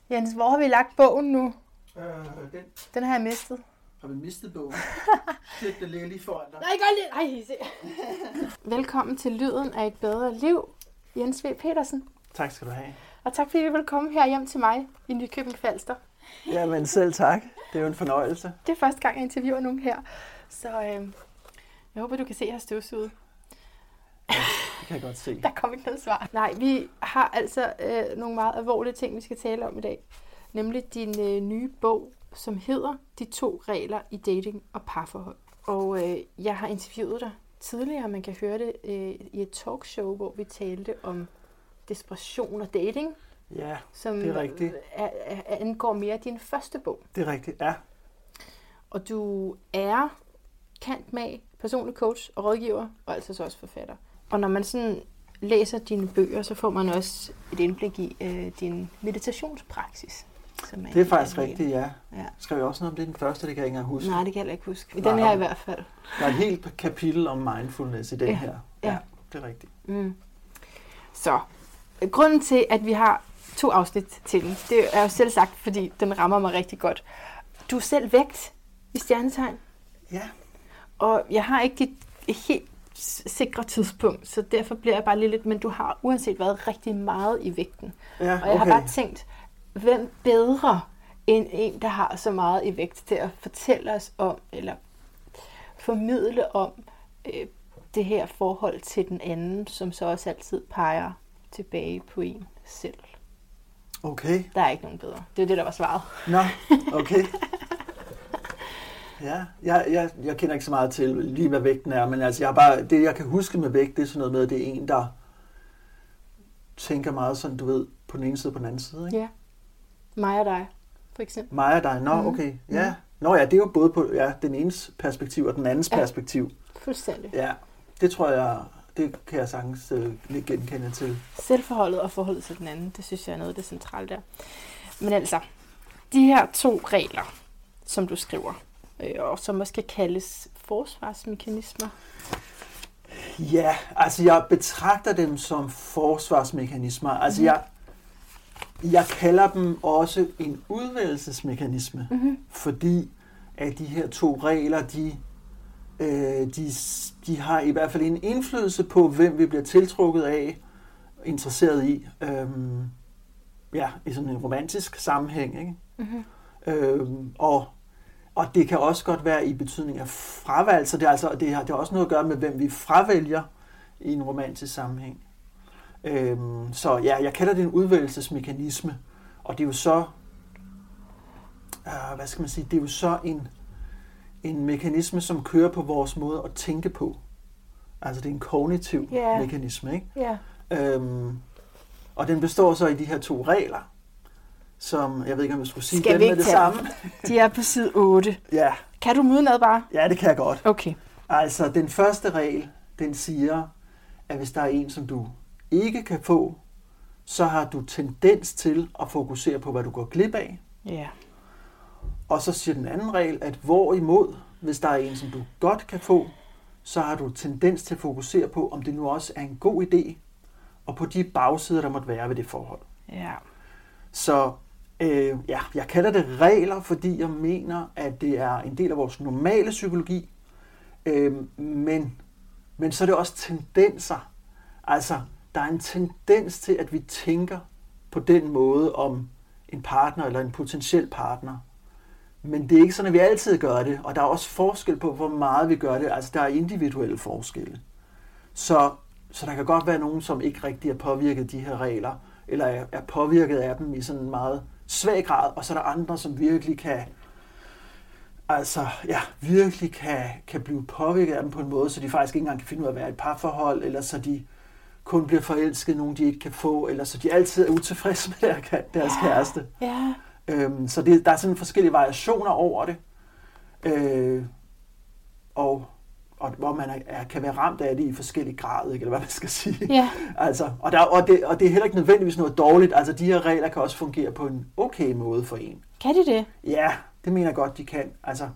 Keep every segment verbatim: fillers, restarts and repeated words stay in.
Jens, hvor har vi lagt bogen nu? Øh, den Den har jeg mistet. har vi mistet bogen. Det, det ligger lige foran dig. Nej, godt lige. Ej, se. Velkommen til Lyden af et bedre liv, Jens V. Petersen. Tak skal du have. Og tak fordi du vil komme her hjem til mig i Nykøbing Falster. Jamen selv tak. Det er jo en fornøjelse. Det er første gang, jeg interviewer nogen her. Så øh, jeg håber, du kan se, at jeg har støvsuget. Ja, det kan jeg godt se. Der kom ikke noget svar. Nej, vi har altså øh, nogle meget alvorlige ting, vi skal tale om i dag. Nemlig din øh, nye bog, som hedder De to regler i dating og parforhold. Og øh, jeg har interviewet dig tidligere, man kan høre det øh, i et talkshow, hvor vi talte om desperation og dating. Ja, som det er rigtigt. Er, er, angår mere din første bog. Det er rigtigt, ja. Og du er kant med personlig coach og rådgiver, og altså så også forfatter. Og når man sådan læser dine bøger, så får man også et indblik i øh, din meditationspraksis. Som er Det er faktisk rigtigt, ja. ja. Skrev jeg også noget om det den første, det kan jeg ikke engang huske. Nej, det kan jeg ikke huske. I Nej. den her i hvert fald. Der er et helt kapitel om mindfulness i den ja. her. Ja. Ja, det er rigtigt. Mm. Så, grunden til, at vi har to afsnit til den, det er jo selv sagt, fordi den rammer mig rigtig godt. Du er selv vægt i stjernetegn. Ja. Og jeg har ikke dit helt sikre tidspunkt, så derfor bliver jeg bare lige lidt, men du har uanset været rigtig meget i vægten. Ja, og jeg okay. har bare tænkt, hvem bedre end en, der har så meget i vægt til at fortælle os om, eller formidle om øh, det her forhold til den anden, som så også altid peger tilbage på en selv. Okay. Der er ikke nogen bedre. Det er det, der var svaret. Nå, okay. Ja, jeg, jeg, jeg kender ikke så meget til lige, hvad vægten er, men altså, jeg bare, det, jeg kan huske med vægt, det er sådan noget med, at det er en, der tænker meget sådan, du ved, på den ene side og på den anden side, ikke? Ja. Mig og dig, for eksempel. Mig og dig, nå, Mhm. okay, ja. Nå ja, det er jo både på ja, den enes perspektiv og den andens Ja. perspektiv. Fuldstændig. Ja, det tror jeg, det kan jeg sagtens uh, lidt genkende til. Selvforholdet og forholdet til den anden, det synes jeg er noget af det centrale der. Men altså, de her to regler, som du skriver, øh, og som også kan kaldes forsvarsmekanismer. Ja, altså jeg betragter dem som forsvarsmekanismer. Altså Mhm. jeg, jeg kalder dem også en udvælgelsesmekanisme, Mm-hmm. fordi at de her to regler, de, øh, de, de har i hvert fald en indflydelse på, hvem vi bliver tiltrukket af, interesseret i, øhm, ja, i sådan en romantisk sammenhæng, ikke? Mm-hmm. Øhm, og, og det kan også godt være i betydning af fravalg, så det, er altså, det, har, det har også noget at gøre med, hvem vi fravælger i en romantisk sammenhæng. Øhm, så ja, jeg kalder det en udvælgelsesmekanisme, og det er jo så, øh, hvad skal man sige, det er jo så en, en mekanisme, som kører på vores måde at tænke på. Altså det er en kognitiv Ja. mekanisme, ikke? Ja. Øhm, og den består så i de her to regler, som, jeg ved ikke, om jeg skulle sige Skal dem vi med ikke det tage samme. De er på side otte. Ja, Kan du dem udenad bare? ja, det kan jeg godt. Okay. Altså, den første regel, den siger, at hvis der er en, som du ikke kan få, så har du tendens til at fokusere på, hvad du går glip af. Ja. Og så siger den anden regel, at hvorimod, hvis der er en, som du godt kan få, så har du tendens til at fokusere på, om det nu også er en god idé, og på de bagsider, der måtte være ved det forhold. Ja. Så øh, ja, jeg kalder det regler, fordi jeg mener, at det er en del af vores normale psykologi, øh, men, men så er det også tendenser. Altså, der er en tendens til, at vi tænker på den måde om en partner eller en potentiel partner. Men det er ikke sådan, at vi altid gør det, og der er også forskel på, hvor meget vi gør det. Altså, der er individuelle forskelle. Så, så der kan godt være nogen, som ikke rigtig er påvirket af de her regler, eller er, er påvirket af dem i sådan en meget svag grad, og så er der andre, som virkelig kan, altså, ja, virkelig kan, kan blive påvirket af dem på en måde, så de faktisk ikke engang kan finde ud af at være i et parforhold, eller så de kun bliver forelsket nogen, de ikke kan få, eller så de altid er utilfredse med deres, deres Ja. kæreste. Ja. Øhm, så det, der er sådan forskellige variationer over det, øh, og, og hvor man er, er, kan være ramt af det i forskellige grader, ikke, eller hvad man skal sige. Ja. Altså, og, der, og, det, og det er heller ikke nødvendigvis noget dårligt. Altså, de her regler kan også fungere på en okay måde for en. Kan de det? Ja, det mener jeg godt, de kan. Altså,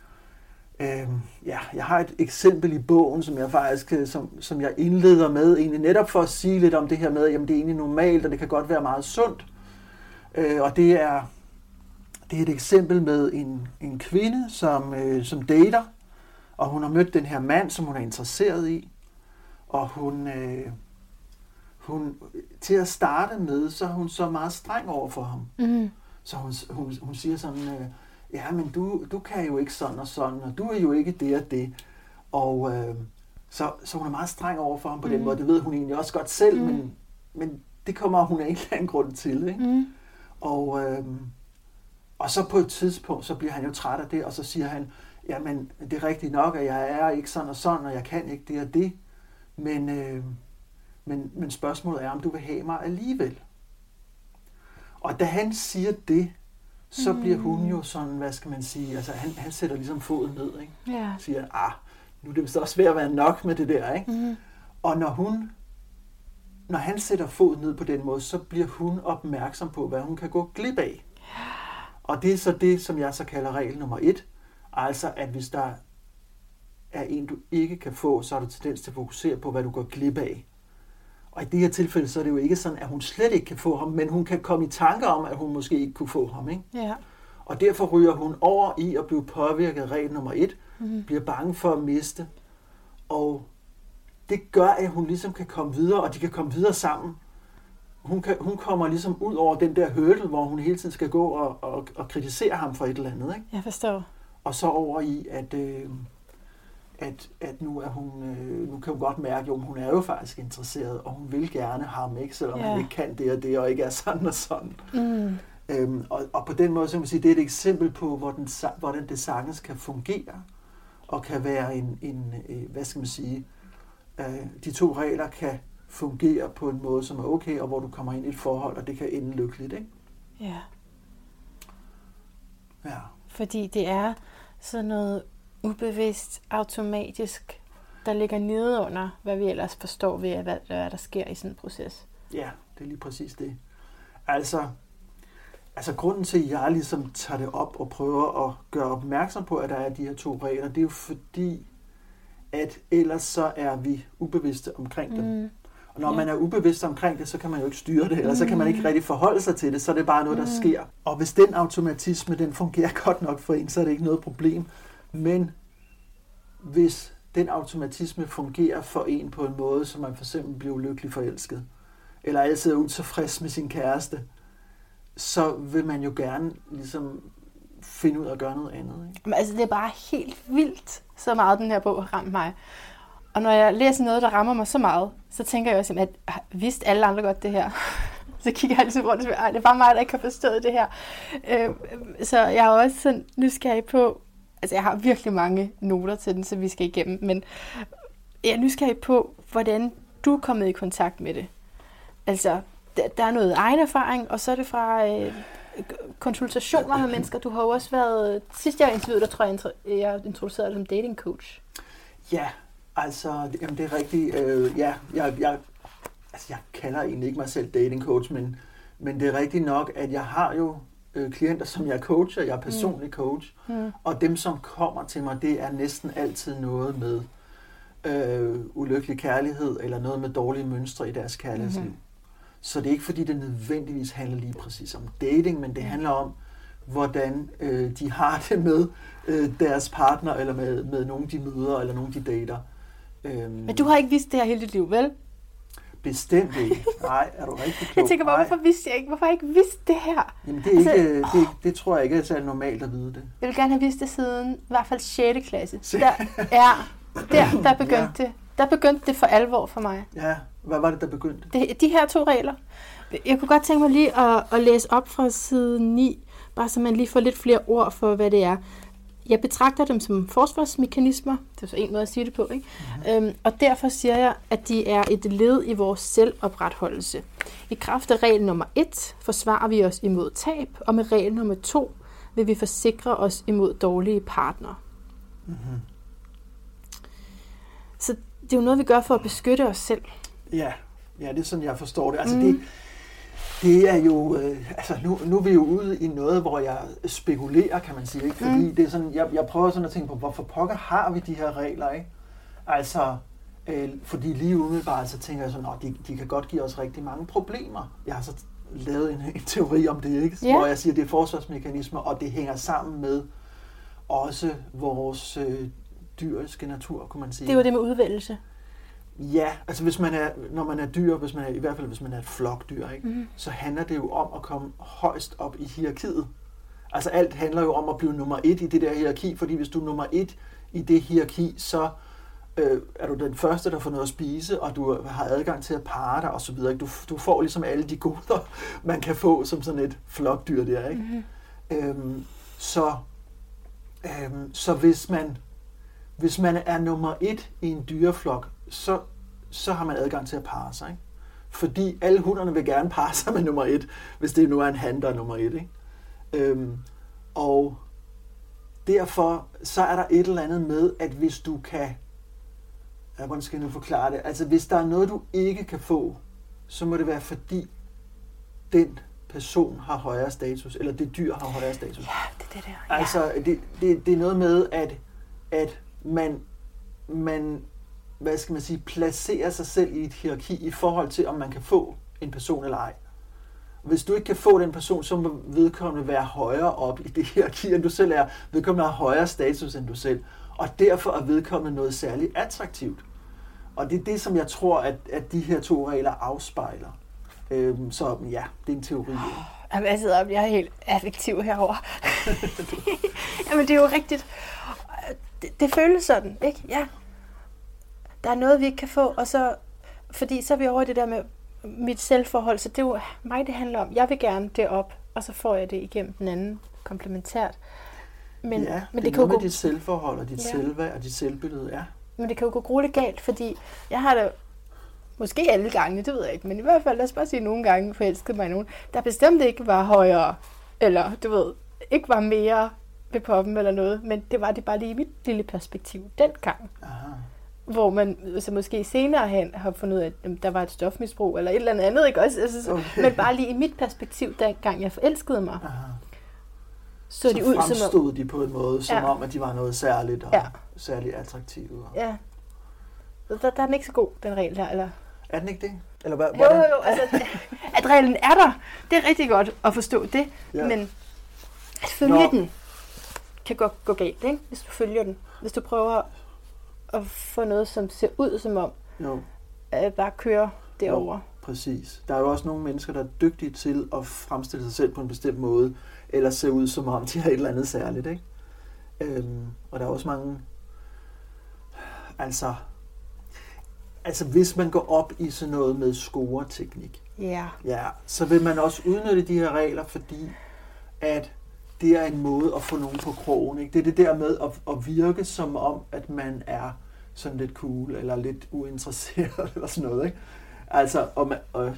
øhm, ja, jeg har et eksempel i bogen, som jeg faktisk, som, som jeg indleder med, egentlig netop for at sige lidt om det her med, jamen det er egentlig normalt, og det kan godt være meget sundt. Øh, og det er, det er et eksempel med en, en kvinde, som, øh, som dater, og hun har mødt den her mand, som hun er interesseret i, og hun, øh, hun til at starte med, så er hun så meget streng over for ham. Mm. Så hun, hun, hun siger sådan, øh, ja, men du, du kan jo ikke sådan og sådan, og du er jo ikke det og det. Og øh, så, så hun er meget streng over for ham på mm. den måde. Det ved hun egentlig også godt selv, mm. men, men det kommer hun af en eller anden grund til. Ikke? Mm. Og, øh, og så på et tidspunkt, så bliver han jo træt af det, og så siger han, jamen, det er rigtigt nok, at jeg er ikke sådan og sådan, og jeg kan ikke det og det. Men, øh, men, men spørgsmålet er, om du vil have mig alligevel. Og da han siger det, så mm. bliver hun jo sådan, hvad skal man sige, altså han, han sætter ligesom foden ned, ikke? Yeah. Siger, ah, nu er det vist også ved at være nok med det der, ikke? Mm. Og når hun, når han sætter foden ned på den måde, så bliver hun opmærksom på, hvad hun kan gå glip af. Og det er så det, som jeg så kalder regel nummer et. Altså, at hvis der er en, du ikke kan få, så er du tendens til at fokusere på, hvad du går glip af. Og i det her tilfælde, så er det jo ikke sådan, at hun slet ikke kan få ham, men hun kan komme i tanker om, at hun måske ikke kunne få ham. Ikke? Ja. Og derfor ryger hun over i at blive påvirket af regel nummer et, mm. bliver bange for at miste. Og det gør, at hun ligesom kan komme videre, og de kan komme videre sammen. Hun, kan, hun kommer ligesom ud over den der hurdle, hvor hun hele tiden skal gå og, og, og kritisere ham for et eller andet. Ikke? Jeg forstår. Og så over i, at... Øh, At, at nu er hun, øh, nu kan hun godt mærke, at hun er jo faktisk interesseret, og hun vil gerne ham, ikke, selvom yeah. han ikke kan det og det, og ikke er sådan og sådan. Mm. Øhm, og, og på den måde, så kan man sige, det er et eksempel på, hvordan, hvordan det sagtens kan fungere, og kan være en, en øh, hvad skal man sige, øh, de to regler kan fungere på en måde, som er okay, og hvor du kommer ind i et forhold, og det kan ende lykkeligt, ikke? Ja. Ja. Fordi det er sådan noget ubevidst, automatisk, der ligger nede under, hvad vi ellers forstår ved, hvad, hvad der sker i sådan en proces. Ja, det er lige præcis det. Altså, altså grunden til, at jeg ligesom tager det op og prøver at gøre opmærksom på, at der er de her to regler, det er jo fordi, at ellers så er vi ubevidste omkring dem. Mm. Og når ja. man er ubevidst omkring det, så kan man jo ikke styre det, eller så kan man ikke rigtig forholde sig til det, så er det bare noget, der mm. sker. Og hvis den automatisme, den fungerer godt nok for en, så er det ikke noget problem. Men hvis den automatisme fungerer for en på en måde, så man for eksempel bliver ulykkelig forelsket, eller altid er utilfreds med sin kæreste, så vil man jo gerne ligesom finde ud af at gøre noget andet. Ikke? Men altså, det er bare helt vildt, så meget den her bog har ramt mig. Og når jeg læser noget, der rammer mig så meget, så tænker jeg også, at vidste alle andre godt det her? Så kigger jeg altid rundt og siger, det er bare mig, der ikke har forstået det her. Så jeg er også sådan nysgerrig på, altså jeg har virkelig mange noter til den, så vi skal igennem, men jeg er nysgerrig på, hvordan du er kommet i kontakt med det. Altså, der er noget egen erfaring, og så er det fra øh, konsultationer med mennesker. Du har jo også været, sidst jeg interviewede dig, tror jeg, jeg introducerede dig som dating coach. Ja, altså, jamen det er rigtigt. Øh, ja, jeg, jeg, altså, jeg kalder egentlig ikke mig selv dating coach, men, men det er rigtigt nok, at jeg har jo øh, klienter, som jeg coacher. Jeg er personlig coach. Mm. Og dem, som kommer til mig, det er næsten altid noget med øh, ulykkelig kærlighed, eller noget med dårlige mønstre i deres kærlighedsliv. Mm-hmm. Så det er ikke, fordi det nødvendigvis handler lige præcis om dating, men det handler om, hvordan øh, de har det med øh, deres partner, eller med, med nogen, de møder, eller nogen, de dater. Øhm, Men du har ikke vidst det her hele dit liv, vel? Bestemt ikke. Nej, er du rigtig klog? Jeg tænker bare, hvorfor vidste jeg ikke? Hvorfor har jeg ikke vidst det her? Jamen, det, er altså, ikke, det, det tror jeg ikke er særlig normalt at vide det. Jeg vil gerne have vidst det siden, i hvert fald sjette klasse. Der, ja, der, der begyndte ja. det. Der begyndte det for alvor for mig. Ja, hvad var det, der begyndte? Det, de her to regler. Jeg kunne godt tænke mig lige at, at læse op fra side ni, bare så man lige får lidt flere ord for, hvad det er. Jeg betragter dem som forsvarsmekanismer. Det er så en måde at sige det på, ikke? Mm-hmm. Øhm, og derfor siger jeg, at de er et led i vores selvopretholdelse. I kraft af regel nummer et forsvarer vi os imod tab, og med regel nummer to vil vi forsikre os imod dårlige partnere. Mm-hmm. Så det er jo noget, vi gør for at beskytte os selv. Ja, ja, det er sådan, jeg forstår det. Altså mm. det, det er jo, øh, altså nu, nu er vi jo ude i noget, hvor jeg spekulerer, kan man sige, ikke? Fordi mm. det er sådan, jeg, jeg prøver sådan at tænke på, hvorfor pokker har vi de her regler, ikke? Altså, øh, fordi lige umiddelbart så tænker jeg sådan, at de, de kan godt give os rigtig mange problemer. Jeg har så lavet en, en teori om det, ikke? Ja. Hvor jeg siger, at det er forsvarsmekanismer, og det hænger sammen med også vores øh, dyriske natur, kunne man sige. Det er jo det med udvælgelse. Ja, altså hvis man er, når man er dyr, hvis man er, i hvert fald hvis man er et flokdyr, ikke, Mm. så handler det jo om at komme højst op i hierarkiet. Altså alt handler jo om at blive nummer et i det der hierarki, fordi hvis du er nummer et i det hierarki, så øh, er du den første, der får noget at spise, og du har adgang til at parre dig osv. Du, du får ligesom alle de goder, man kan få som sådan et flokdyr der, ikke? Mm-hmm. Øhm, så, øhm, så hvis man hvis man er nummer et i en dyreflok, så, så har man adgang til at parre sig, ikke? Fordi alle hunderne vil gerne parre sig med nummer et, hvis det nu er en han, der er nummer et, ikke? Øhm, og derfor så er der et eller andet med, at hvis du kan, ja, hvordan skal jeg nu forklare det, altså hvis der er noget, du ikke kan få, så må det være fordi den person har højere status, eller det dyr har højere status. Ja, det er det der. Ja. Altså, det, det, det er noget med, at, at man, man, hvad skal man sige, placerer sig selv i et hierarki i forhold til, om man kan få en person eller ej. Hvis du ikke kan få den person, så må vedkommende være højere op i det hierarki, end du selv er. Vedkommende har højere status, end du selv. Og derfor er vedkommende noget særligt attraktivt. Og det er det, som jeg tror, at, at de her to regler afspejler. Øhm, så ja, det er en teori. Jamen, jeg sidder op, jeg er helt affektiv herovre. Jamen, det er jo rigtigt. Det, det føles sådan, ikke? Ja. Der er noget, vi ikke kan få, og så, fordi så er vi over i det der med mit selvforhold, så det er jo mig, det handler om. Jeg vil gerne det op, og så får jeg det igennem den anden komplementært. Men, ja, men det, det er kan jo noget gå, med dit selvforhold og dit ja. selvværd og dit selvbillede, ja. Men det kan jo gå grueligt galt, fordi jeg har da måske alle gange, det ved jeg ikke, men i hvert fald, lad os bare sige nogle gange, forelskede mig i nogen, der bestemt ikke var højere, eller du ved, ikke var mere ved poppen eller noget, men det var det bare lige i mit lille perspektiv dengang. Aha. Hvor man så måske senere hen har fundet ud af, at der var et stofmisbrug eller et eller andet, ikke også? Altså, Okay. Men bare lige i mit perspektiv, dengang jeg forelskede mig, Aha. så, Så de ud som fremstod de på en måde, som Ja. om, at de var noget særligt og Ja. særligt attraktive. Ja. Der, der er den ikke så god, den regel her, eller? Er den ikke det? Eller hvad? Jo, jo, jo, altså, at reglen er der, det er rigtig godt at forstå det, Ja. men at følge Nå. den kan godt gå galt, ikke? Hvis du følger den. Hvis du prøver at få noget, som ser ud som om, Jo, at bare køre derover. Jo, præcis. Der er jo også nogle mennesker, der er dygtige til at fremstille sig selv på en bestemt måde, eller se ud som om, de har et eller andet særligt, ikke? Øhm, og der er også mange... Altså... Altså, hvis man går op i sådan noget med scoreteknik, Ja. ja, så vil man også udnytte de her regler, fordi at det er en måde at få nogen på krogen, ikke? Det er det der med at, at virke som om, at man er sådan lidt cool, eller lidt uinteresseret, eller sådan noget, ikke? Altså, og man, og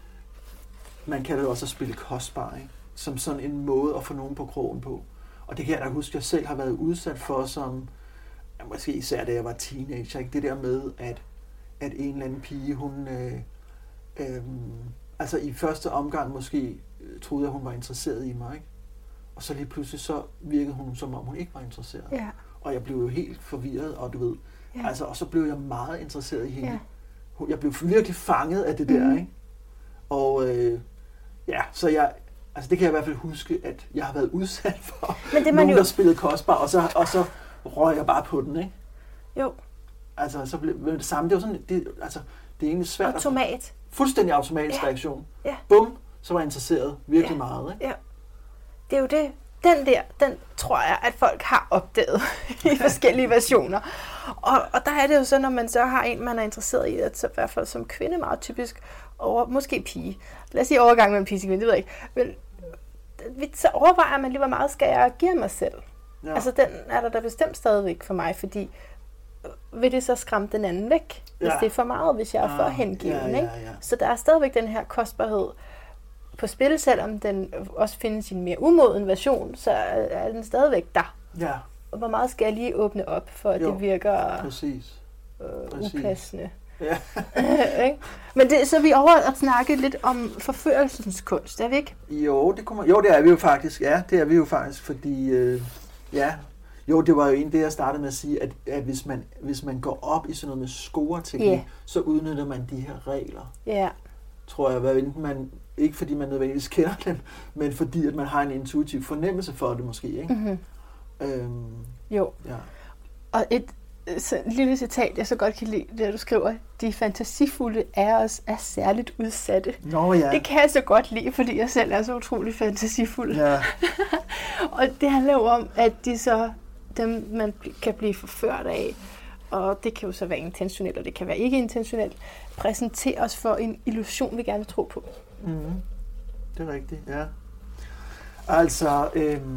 man kan jo også spille kostbar, ikke? Som sådan en måde at få nogen på krogen på. Og det kan jeg da huske, at jeg selv har været udsat for, som, måske især da jeg var teenager, ikke? Det der med, at, at en eller anden pige, hun, øh, øh, altså i første omgang måske troede jeg, hun var interesseret i mig, ikke? Og så lige pludselig så virkede hun, som om hun ikke var interesseret. Ja. Og jeg blev jo helt forvirret, og du ved, Ja. altså, og så blev jeg meget interesseret i hende. Ja. Hun- Jeg blev virkelig fanget af det der, Mhm. ikke? Og øh, ja, så jeg, altså det kan jeg i hvert fald huske, at jeg har været udsat for Men det er man nogen, jo- der spillede kostbar, og så, og så røg jeg bare på den, ikke? Jo, Altså, så blev men det samme, det var sådan, det, altså, det er egentlig svært at automat. fuldstændig automatisk Ja. reaktion. Ja. Bum, så var jeg interesseret virkelig Ja. meget, ikke? Ja. Det er jo det. Den der, den tror jeg, at folk har opdaget i forskellige versioner. Og, og der er det jo så, når man så har en, man er interesseret i, at så i hvert fald som kvinde meget typisk, over, måske pige. Lad os sige overgang med en pige til kvinde, det ved jeg ikke. Men så overvejer man lige, hvor meget skal jeg give mig selv. Ja. Altså den er der da bestemt stadigvæk for mig, fordi vil det så skræmme den anden væk, hvis Ja. det er for meget, hvis jeg er for Ah, hengiven. ja, ja, Ikke? ja. Så der er stadigvæk den her kostbarhed på spil, selvom den også findes i en mere umoden version, så er den stadigvæk der. Ja, Og hvor meget skal jeg lige åbne op, for at Jo, det virker præcis. øh, præcis. upassende. Ja. Ikke? Men det, så er vi over at snakke lidt om forførelsens kunst, er vi ikke? Jo, det kunne man, jo, det er vi jo faktisk. Ja, det er vi jo faktisk, fordi øh, ja, jo, det var jo en det, jeg startede med at sige, at, at hvis, man, hvis man går op i sådan noget med scoreteknik, Ja. så udnytter man de her regler. Ja. tror jeg, hvad enten man, ikke fordi man nødvendigvis kender dem, men fordi at man har en intuitiv fornemmelse for det måske, ikke? Mm-hmm. Øhm, jo. Ja. Og et så, et lille citat, jeg så godt kan lide, det du skriver, de fantasifulde af os er særligt udsatte. Nå ja. Det kan jeg så godt lide, fordi jeg selv er så utrolig fantasifuld. Ja. Og det handler jo om, at de så, dem man kan blive forført af, og det kan jo så være intentionelt, og det kan være ikke intentionelt, præsentere os for en illusion, vi gerne vil tro på. Mm-hmm. Det er rigtigt, ja. Altså, øhm,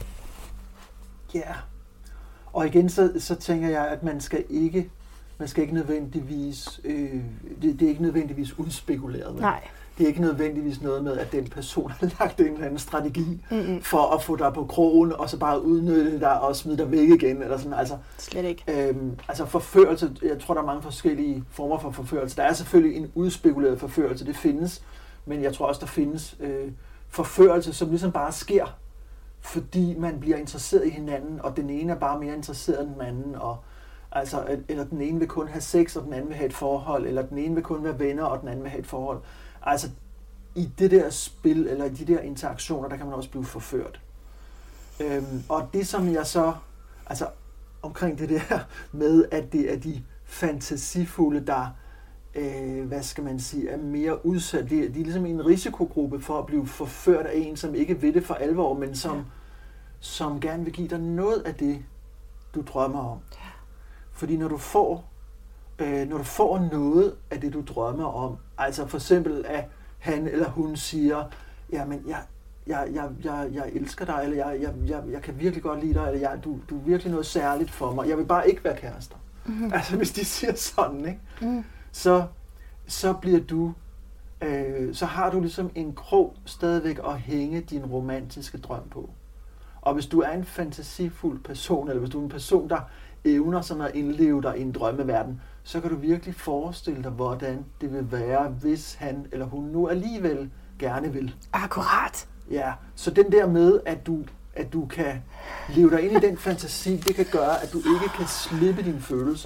ja. Yeah. Og igen, så, så tænker jeg, at man skal ikke, man skal ikke nødvendigvis, øh, det, det er ikke nødvendigvis udspekuleret. Men Nej. det er ikke nødvendigvis noget med, at den person har lagt en eller anden strategi Mm-mm. for at få dig på krogen, og så bare udnytte dig og smide dig væk igen, eller sådan. Altså, slet ikke. Øhm, altså forførelse, jeg tror, der er mange forskellige former for forførelse. Der er selvfølgelig en udspekuleret forførelse, det findes, men jeg tror også, der findes øh, forførelse, som ligesom bare sker, fordi man bliver interesseret i hinanden, og den ene er bare mere interesseret end den anden, og, altså, eller den ene vil kun have sex, og den anden vil have et forhold, eller den ene vil kun være venner, og den anden vil have et forhold. Altså, i det der spil, eller i de der interaktioner, der kan man også blive forført. Øhm, og det, som jeg så, altså omkring det der med, at det er de fantasifulde, der, øh, hvad skal man sige, er mere udsat. De, de er ligesom en risikogruppe for at blive forført af en, som ikke ved det for alvor, men som, ja. som gerne vil give dig noget af det, du drømmer om. Ja. Fordi når du får, øh, når du får noget af det, du drømmer om, altså for eksempel, at han eller hun siger, jamen, jeg, jeg, jeg, jeg, jeg elsker dig, eller jeg, jeg, jeg, jeg kan virkelig godt lide dig, eller jeg, du, du er virkelig noget særligt for mig. Jeg vil bare ikke være kærester. Mm-hmm. Altså, hvis de siger sådan, ikke? Mm. Så, så bliver du, øh, så har du ligesom en krog stadigvæk at hænge din romantiske drøm på. Og hvis du er en fantasifuld person, eller hvis du er en person, der evner sådan at indleve dig i en drømmeverden, så kan du virkelig forestille dig, hvordan det vil være, hvis han eller hun nu alligevel gerne vil. Akkurat. Ja, så den der med, at du, at du kan leve dig ind i den fantasi, det kan gøre, at du ikke kan slippe dine følelser.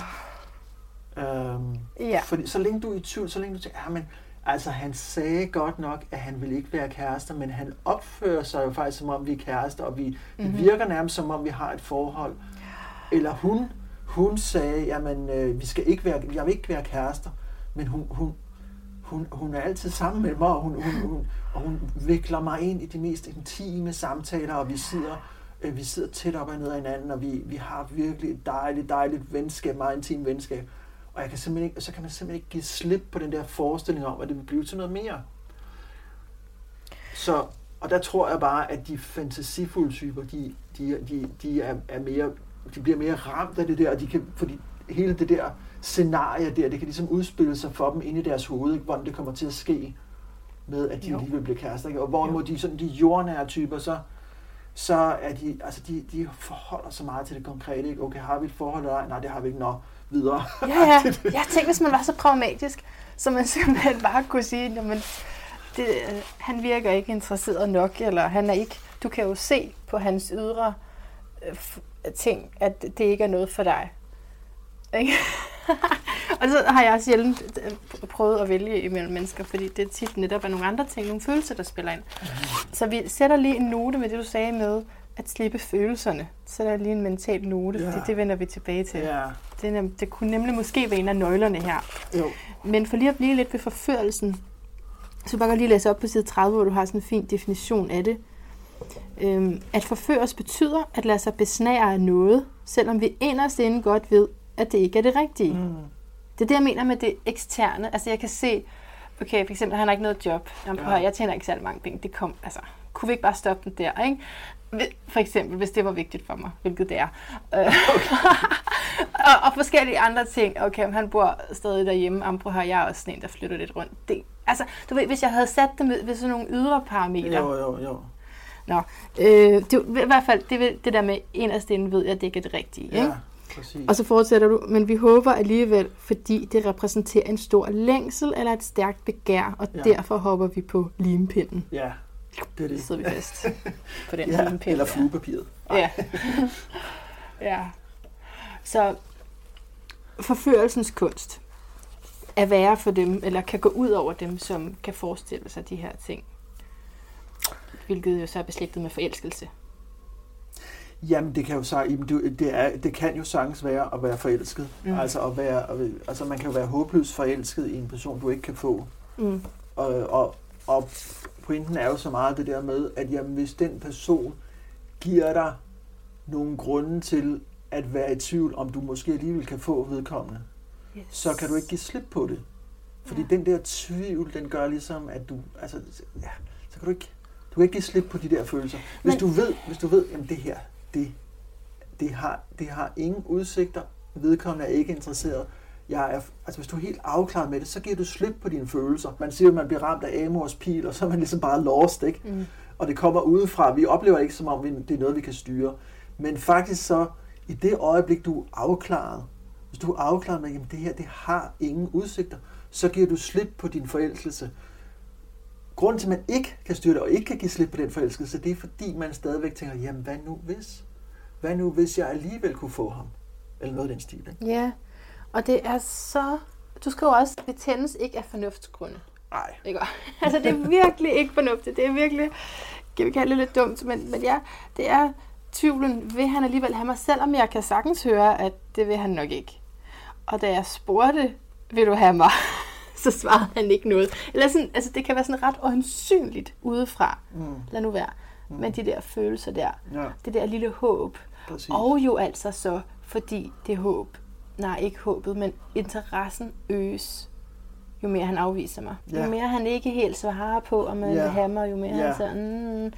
Øhm, ja. Fordi så længe du er i tvivl, så længe du tænker, ja, men altså han sagde godt nok, at han ville ikke være kærester, men han opfører sig jo faktisk, som om vi er kærester, og vi mm-hmm. det virker nærmest, som om vi har et forhold. Eller hun, hun sagde, jamen øh, vi skal ikke være, jeg vil ikke være kærester, men hun, hun, hun, hun er altid sammen med mig, og hun, hun, hun, og hun vikler mig ind i de mest intime samtaler, og vi sidder, øh, vi sidder tæt op og ned ad hinanden, og vi, vi har virkelig et dejligt, dejligt venskab, meget intimt venskab. Og jeg kan simpelthen ikke, så kan man simpelthen ikke give slip på den der forestilling om, at det vil blive til noget mere. Så, og der tror jeg bare, at de fantasifulde typer, de, de, de, de er, er mere, de bliver mere ramt af det der, og de kan, fordi hele det der scenarie der, det kan ligesom udspille sig for dem inde i deres hoved, ikke? Hvordan det kommer til at ske med, at de alligevel bliver kærester. Ikke? Og hvorimod de, sådan, de jordnære typer, så, så er de, altså de, de forholder sig meget til det konkrete. Ikke? Okay, har vi et forhold eller ej? Nej, det har vi ikke. Nå, videre. Ja, ja. Jeg tænkte, hvis man var så pragmatisk, så man simpelthen bare kunne sige, jamen, det, han virker ikke interesseret nok, eller han er ikke, du kan jo se på hans ydre øh, ting, at det ikke er noget for dig. Ikke? Og så har jeg sjældent prøvet at vælge imellem mennesker, fordi det er tit netop er nogle andre ting, nogle følelser, der spiller ind. Så vi sætter lige en note med det, du sagde med at slippe følelserne. Så der er lige en mental note, ja. Fordi det vender vi tilbage til. Ja. Det, nem, det kunne nemlig måske være en af nøglerne her. Jo. Men for lige at blive lidt ved forførelsen, så bare lige læse op på side tredive, hvor du har sådan en fin definition af det. Øhm, at forføres betyder at lade sig besnære af noget, selvom vi inderst inde godt ved, at det ikke er det rigtige. Mm. Det er det, jeg mener med det eksterne. Altså jeg kan se, okay, for eksempel, han har ikke noget job. Jamen, ja. Jeg tjener ikke særlig mange penge. Det kom, altså, kunne vi ikke bare stoppe den der, ikke? For eksempel, hvis det var vigtigt for mig, hvilket det er. Okay. og, og forskellige andre ting. Okay, om han bor stadig derhjemme, Ambro har jeg også sådan en, der flytter lidt rundt. Det, altså, du ved, hvis jeg havde sat det med, ved sådan nogle ydre parametre. Jo, jo, jo. Nå, øh, det, i hvert fald, det, det der med inderst inde ved jeg, at det ikke er det rigtige, ikke? Ja. Præcis. Og så fortsætter du, men vi håber alligevel, fordi det repræsenterer en stor længsel eller et stærkt begær, og ja. Derfor hopper vi på limpinden. Ja, det er det. Så sidder vi fast på den ja, limpind. Eller fluepapiret. Ja. ja. Så forførelsens kunst er værre for dem, eller kan gå ud over dem, som kan forestille sig de her ting. Hvilket jo så er beslægtet med forelskelse. Jamen, det kan jo så, det, er, det kan jo sagtens være at være forelsket. Mm. Altså, at være, altså, man kan jo være håbløst forelsket i en person, du ikke kan få. Mm. Og, og, og pointen er jo så meget det der med, at jamen, hvis den person giver dig nogle grunde til at være i tvivl, om du måske alligevel kan få vedkommende, yes. så kan du ikke give slip på det. Fordi ja. den der tvivl, den gør ligesom, at du, altså, ja, så kan du ikke, du kan ikke give slip på de der følelser. Hvis Men, du ved, hvis du ved, jamen det her, det, det, har, det har ingen udsigter, vedkommende er ikke interesseret. Jeg er, altså hvis du er helt afklaret med det, så giver du slip på dine følelser. Man siger, at man bliver ramt af Amors pil, og så er man ligesom bare lost, ikke? Mm. Og det kommer udefra. Vi oplever det ikke, som om det er noget, vi kan styre. Men faktisk så, i det øjeblik, du er afklaret, hvis du er afklaret med, at det her, det har ingen udsigter, så giver du slip på din forelskelse. Grunden til, at man ikke kan styre det, og ikke kan give slip på den forelskelse, det er fordi, man stadigvæk tænker, jamen hvad nu hvis? Hvad nu hvis jeg alligevel kunne få ham? Eller noget af den stil, ikke? Ja, og det er så... Du skriver også, at det tændes ikke af fornuftsgrunde. Nej. Ikke? Altså det er virkelig ikke fornuftigt. Det er virkelig, kan vi kalde det lidt dumt, men, men ja, det er tvivlen, vil han alligevel have mig, selvom jeg kan sagtens høre, at det vil han nok ikke. Og da jeg spurgte, vil du have mig, så svarede han ikke noget. Eller sådan, altså det kan være sådan ret øjensynligt udefra. Mm. Lad nu være. Mm. Men de der følelser der, ja. det der lille håb. Præcis. Og jo altså så, fordi det håb, nej ikke håbet, men interessen øges, jo mere han afviser mig. Ja. Jo mere han ikke helt svarer på, om man ja. vil have mig, jo mere ja. han siger, mm,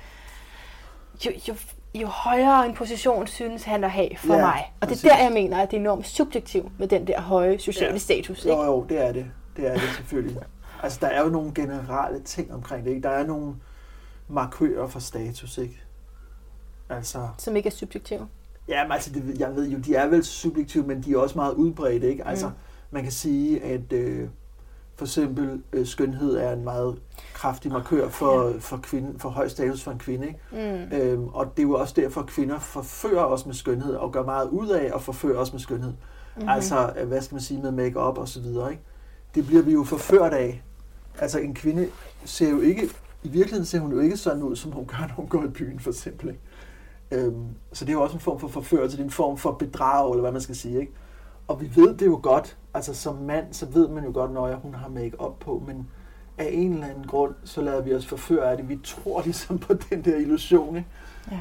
jo, jo, jo højere en position synes han at have for ja, mig. Og præcis. Det er der, jeg mener, at det er enormt subjektivt med den der høje sociale ja. status. Ikke? Jo, jo, det er det. Det er det selvfølgelig. Altså, der er jo nogle generelle ting omkring det, ikke? Der er nogle markører for status, ikke? Altså... Som ikke er subjektive? Ja, men altså, det, jeg ved jo, de er vel subjektive, men de er også meget udbredte, ikke? Altså, mm. man kan sige, at øh, for eksempel øh, skønhed er en meget kraftig markør for, ja. for, kvinde, for høj status for en kvinde, ikke? Mm. Øhm, og det er jo også derfor, at kvinder forfører os med skønhed, og gør meget ud af at forføre os med skønhed. Mm-hmm. Altså, hvad skal man sige, med make-up og så videre, ikke? Det bliver vi jo forført af. Altså, en kvinde ser jo ikke, i virkeligheden ser hun jo ikke sådan ud, som hun gør, når hun går i byen, for eksempel, ikke? Øhm, så det er jo også en form for forførelse, det er en form for bedrag, eller hvad man skal sige, ikke? Og vi ved det jo godt, altså som mand, så ved man jo godt, når jeg, hun har make-up på, men af en eller anden grund, så lader vi os forføre af det. Vi tror ligesom på den der illusion, ikke? Ja.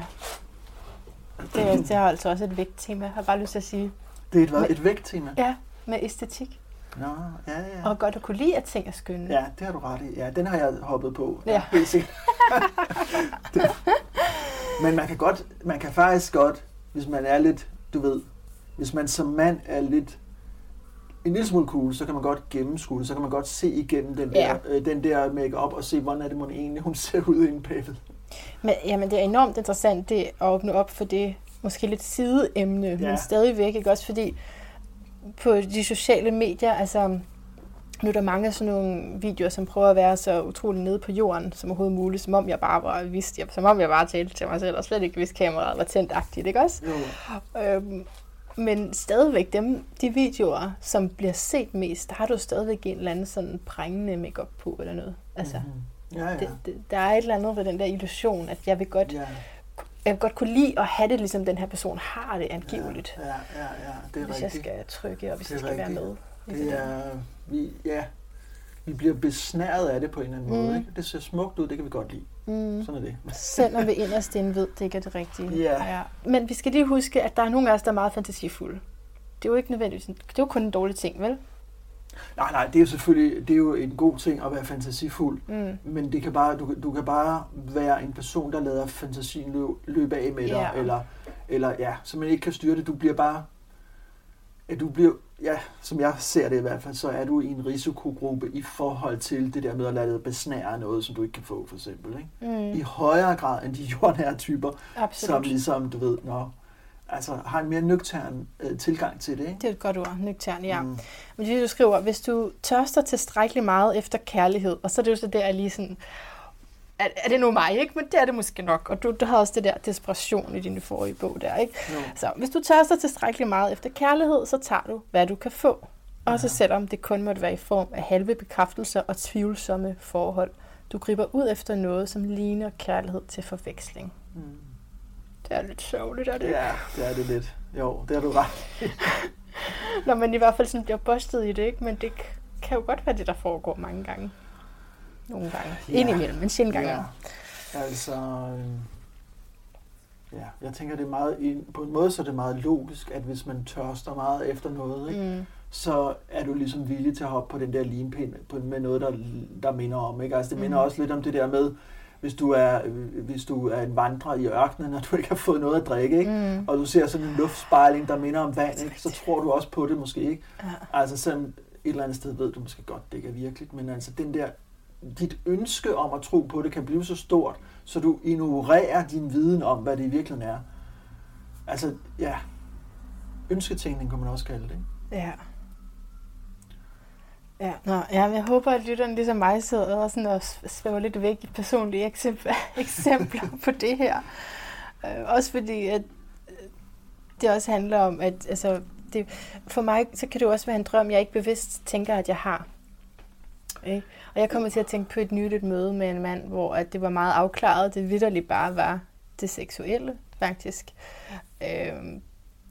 Det er, det er altså også et vægttema, jeg har bare lyst til at sige. Det er et, hvad? Et vægttema? Ja, med æstetik. Nå, ja, ja. Og godt at kunne lide, at ting er skønne. Ja, det har du ret i. Ja, den har jeg hoppet på. Ja. Men man kan godt, man kan faktisk godt, hvis man er lidt, du ved, hvis man som mand er lidt, en lille smule cool, så kan man godt gennemskue det, så kan man godt se igennem den der, ja. øh, den der make-up og se, hvordan er det, man egentlig, hun ser ud inde bagved. Men, jamen, det er enormt interessant, det at åbne op for det, måske lidt sideemne, ja. men stadigvæk, ikke også, fordi på de sociale medier, altså, nu er der mange af sådan nogle videoer, som prøver at være så utrolig nede på jorden, som overhovedet muligt, som om jeg bare var vidst, som om jeg bare talte til mig selv, og slet ikke vidste, kameraet var tændt-agtigt, ikke også? Jo. Øhm, men stadigvæk, dem, de videoer, som bliver set mest, der har du stadigvæk en eller anden sådan prængende make-up på, eller noget. Altså, mm-hmm. ja, ja. Det, det, der er et eller andet ved den der illusion, at jeg vil godt... Ja. Jeg vil godt kunne lide at have det, ligesom den her person har det angiveligt. Ja, ja, ja, ja. Det er hvis rigtigt. jeg skal trykke, og hvis jeg skal rigtigt. være med. Det er, vi, ja, vi bliver besnæret af det på en eller anden mm. måde. Ikke? Det ser smukt ud, det kan vi godt lide. Mm. Sådan er det. Selvom vi inderst inde ved, det ikke er det rigtige. Ja. Ja. Men vi skal lige huske, at der er nogle af os, der er meget fantasifulde. Det er jo ikke nødvendigvis, det er jo kun en dårlig ting, vel? Nej, nej, det er jo selvfølgelig, det er jo en god ting at være fantasifuld, mm. men det kan bare, du, du kan bare være en person, der lader fantasien løb, løbe af med dig, yeah. eller, eller ja, så man ikke kan styre det. Du bliver bare, at du bliver, ja, som jeg ser det i hvert fald, så er du i en risikogruppe i forhold til det der med at lade dig besnære noget, som du ikke kan få, for eksempel, ikke? Mm. I højere grad end de jordnære typer, absolut. Som ligesom, du ved, nå, altså har en mere nøgtern øh, tilgang til det, ikke? Det er et godt ord, nøgtern, ja. Mm. Men det du skriver, hvis du tørster tilstrækkeligt meget efter kærlighed, og så er det jo så der lige sådan, er, er det nu mig, ikke? Men det er det måske nok, og du, du har også det der desperation i din forrige bog der, ikke? No. Så hvis du tørster tilstrækkeligt meget efter kærlighed, så tager du, hvad du kan få. Også selvom det kun måtte være i form af halve bekræftelser og tvivlsomme forhold. Du griber ud efter noget, som ligner kærlighed til forveksling. Mm. Det er lidt sørgeligt, er det? Ja, det er det lidt. Jo, det er du ret. Når man i hvert fald sådan bliver bustet i det, ikke? Men det kan jo godt være det, der foregår mange gange. Nogle gange. Ja. Indimellem, men sjældent gange. Ja. Altså, øh, ja, jeg tænker, det er meget, på en måde så er det meget logisk, at hvis man tørster meget efter noget, ikke? Mm. så er du ligesom villig til at hoppe på den der limpind med noget, der, der minder om. Ikke? Altså, det minder mm. også lidt om det der med, hvis du er, hvis du er en vandrer i ørkenen, og du ikke har fået noget at drikke, ikke? Mm. og du ser sådan en luftspejling, der minder om vand, ikke? Så tror du også på det måske. Ikke? Ja. Altså selvom et eller andet sted ved du måske godt, det ikke er virkeligt, men altså den der, dit ønske om at tro på det kan blive så stort, så du ignorerer din viden om, hvad det i virkeligheden er. Altså, ja, ønsketænkning kan man også kalde det. Ikke? Ja. Ja, Nå, ja, jeg håber, at lytteren ligesom mig sidder og, sådan og svæver lidt væk i personlige eksempler, eksempler på det her. Øh, også fordi, at det også handler om, at altså, det, for mig så kan det også være en drøm, jeg ikke bevidst tænker, at jeg har. Ikke? Og jeg kommer til at tænke på et nyligt møde med en mand, hvor at det var meget afklaret, det vitterligt bare var det seksuelle, faktisk. Øhm,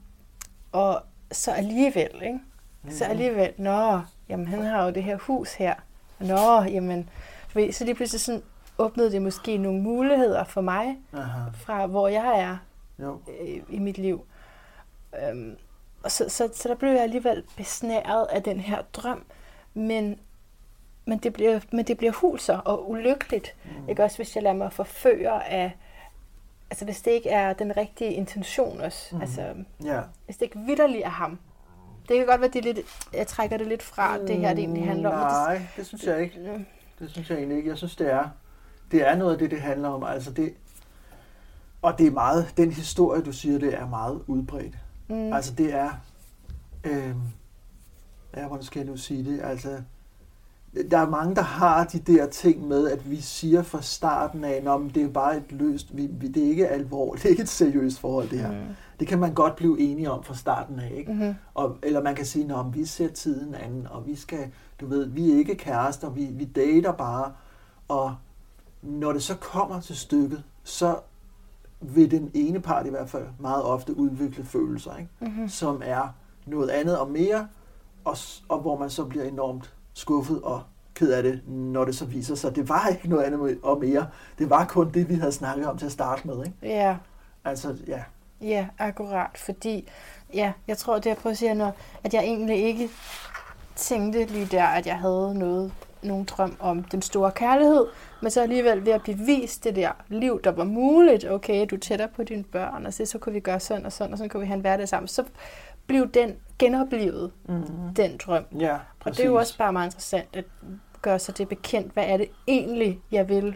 og så alligevel, ikke? Så alligevel, nå, jamen han har jo det her hus her. Nå, jamen, så lige pludselig sådan åbnede det måske nogle muligheder for mig, aha, fra hvor jeg er øh, i mit liv. Øhm, og så, så, så der blev jeg alligevel besnæret af den her drøm, men, men, det, bliver, men det bliver hulser og ulykkeligt. Mm. Ikke også, hvis jeg lader mig forføre af, altså hvis det ikke er den rigtige intention også, mm. altså yeah. hvis det ikke vitterligt er ham. Det kan godt være, at det lidt, jeg trækker det lidt fra, det her det egentlig handler om. Nej, det, det synes jeg ikke. Det synes jeg egentlig ikke. Jeg synes, det er, det er noget af det, det handler om. Altså det, og det er meget, den historie, du siger, det er meget udbredt. Mm. Altså det er, øh, ja, hvordan skal jeg nu sige det? Altså, der er mange, der har de der ting med, at vi siger fra starten af, at det er bare et løst, vi, vi, det er ikke alvorligt, det er ikke et seriøst forhold, det her. Mm. Det kan man godt blive enige om fra starten af, ikke? Mm-hmm. Og, eller man kan sige, at vi ser tiden anden, og vi skal, du ved, vi er ikke kærester, vi, vi dater bare, og når det så kommer til stykket, så vil den ene part i hvert fald meget ofte udvikle følelser, ikke? Mm-hmm. Som er noget andet og mere, og, og hvor man så bliver enormt skuffet og ked af det, når det så viser sig, det var ikke noget andet og mere. Det var kun det, vi havde snakket om til at starte med, ikke? Ja. Altså, ja. Ja, akkurat, fordi, ja, jeg tror, det jeg prøver at sige nu, at jeg egentlig ikke tænkte lige der, at jeg havde noget, nogen drøm om den store kærlighed, men så alligevel ved at blive vist det der liv, der var muligt, okay, du er tættere på dine børn, og så, så kunne vi gøre sådan og sådan, og så kunne vi have en hverdag sammen, så blev den genoplevet, mm-hmm. den drøm. Ja, og det er jo også bare meget interessant at gøre sig det bekendt, hvad er det egentlig, jeg vil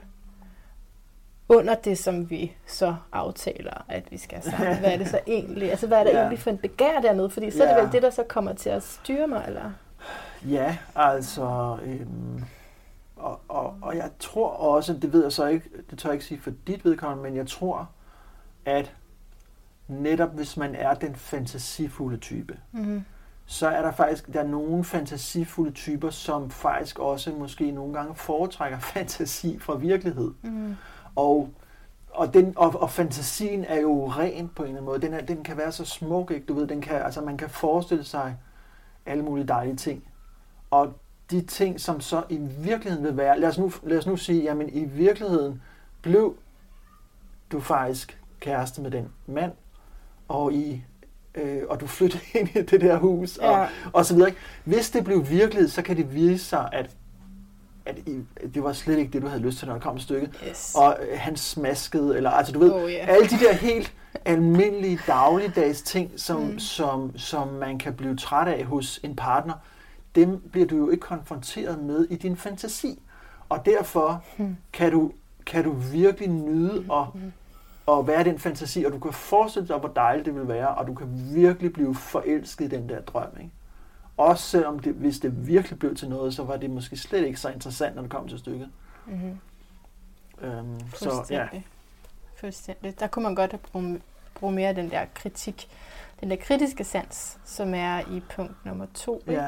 under det, som vi så aftaler, at vi skal sammen. Hvad er det så egentlig? Altså, hvad er det ja. egentlig for en begær dernede? Fordi så er det ja. vel det, der så kommer til at styre mig, eller? Ja, altså, øhm, og, og, og jeg tror også, det ved jeg så ikke, det tør jeg ikke sige for dit vedkommende, men jeg tror, at netop hvis man er den fantasifulde type, mm-hmm. så er der faktisk, der er nogle fantasifulde typer, som faktisk også måske nogle gange foretrækker fantasi fra virkelighed. Mm. Og, og, den, og, og fantasien er jo ren på en eller anden måde. Den, er, den kan være så smuk, ikke? Du ved, den kan, altså man kan forestille sig alle mulige dejlige ting. Og de ting, som så i virkeligheden vil være, lad os nu, lad os nu sige, jamen i virkeligheden blev du faktisk kæreste med den mand, og, i, øh, og du flyttede ind i det der hus, og, ja. og så videre. Ikke? Hvis det blev virkelighed, så kan det vise sig, at at det var slet ikke det, du havde lyst til, når der kom et stykke. Yes. Og øh, han smaskede, eller altså du ved, oh, yeah. alle de der helt almindelige dagligdags ting, som, mm. som, som man kan blive træt af hos en partner, dem bliver du jo ikke konfronteret med i din fantasi. Og derfor mm. kan, du, kan du virkelig nyde og, mm. og være den fantasi, og du kan forestille dig, hvor dejligt det vil være, og du kan virkelig blive forelsket i den der drøm, ikke? Også selvom det, hvis det virkelig blev til noget, så var det måske slet ikke så interessant, når det kom til stykket. Mm-hmm. Øhm, så, ja. Fuldstændig. Der kunne man godt have brugt bruge mere af den der kritik, den der kritiske sans, som er i punkt nummer to. Ikke? Ja.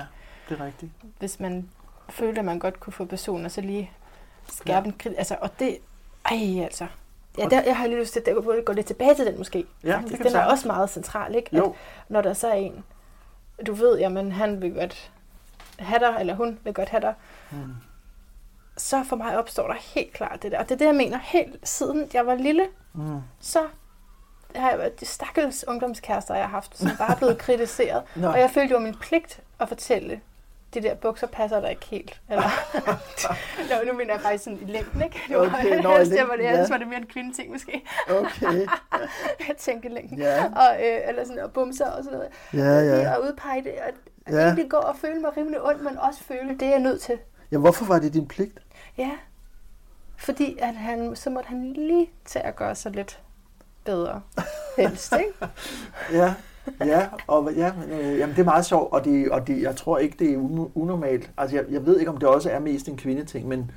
det er rigtigt. Hvis man følte, at man godt kunne få personen, og så lige skærpe ja. en altså, og det, ej altså, ja, der, jeg har lige lyst til at gå lidt tilbage til den måske. Ja, faktisk. det kan Den er sige. også meget central, ikke? Jo. At, når der så er en, du ved, jamen han vil godt have dig, eller hun vil godt have dig, hmm. så for mig opstår der helt klart det der. Og det er det, jeg mener, helt siden jeg var lille, mm. så har jeg været de stakkels ungdomskærester, jeg har haft, som bare er blevet kritiseret. no. Og jeg følte, det var min pligt at fortælle, de der bukser passer der ikke helt. Eller, Nå, nu mener jeg faktisk sådan i længden, ikke? Det var, okay, nå, helst, jeg var det, ja. var det mere en kvindeting måske. Okay. jeg tænker længden. Ja. Og, øh, eller sådan, og bumser og sådan noget. Ja, ja. Og udpege det, og ja. egentlig gå og føle mig rimelig ondt, men også føle, det er jeg nødt til. Ja, hvorfor var det din pligt? Ja, fordi at han, så måtte han lige til at gøre sig lidt bedre. Helst, ikke? ja, ja, og ja, øh, jamen det er meget sjovt, og, det, og det, jeg tror ikke, det er unormalt. Altså, jeg, jeg ved ikke, om det også er mest en kvindeting, men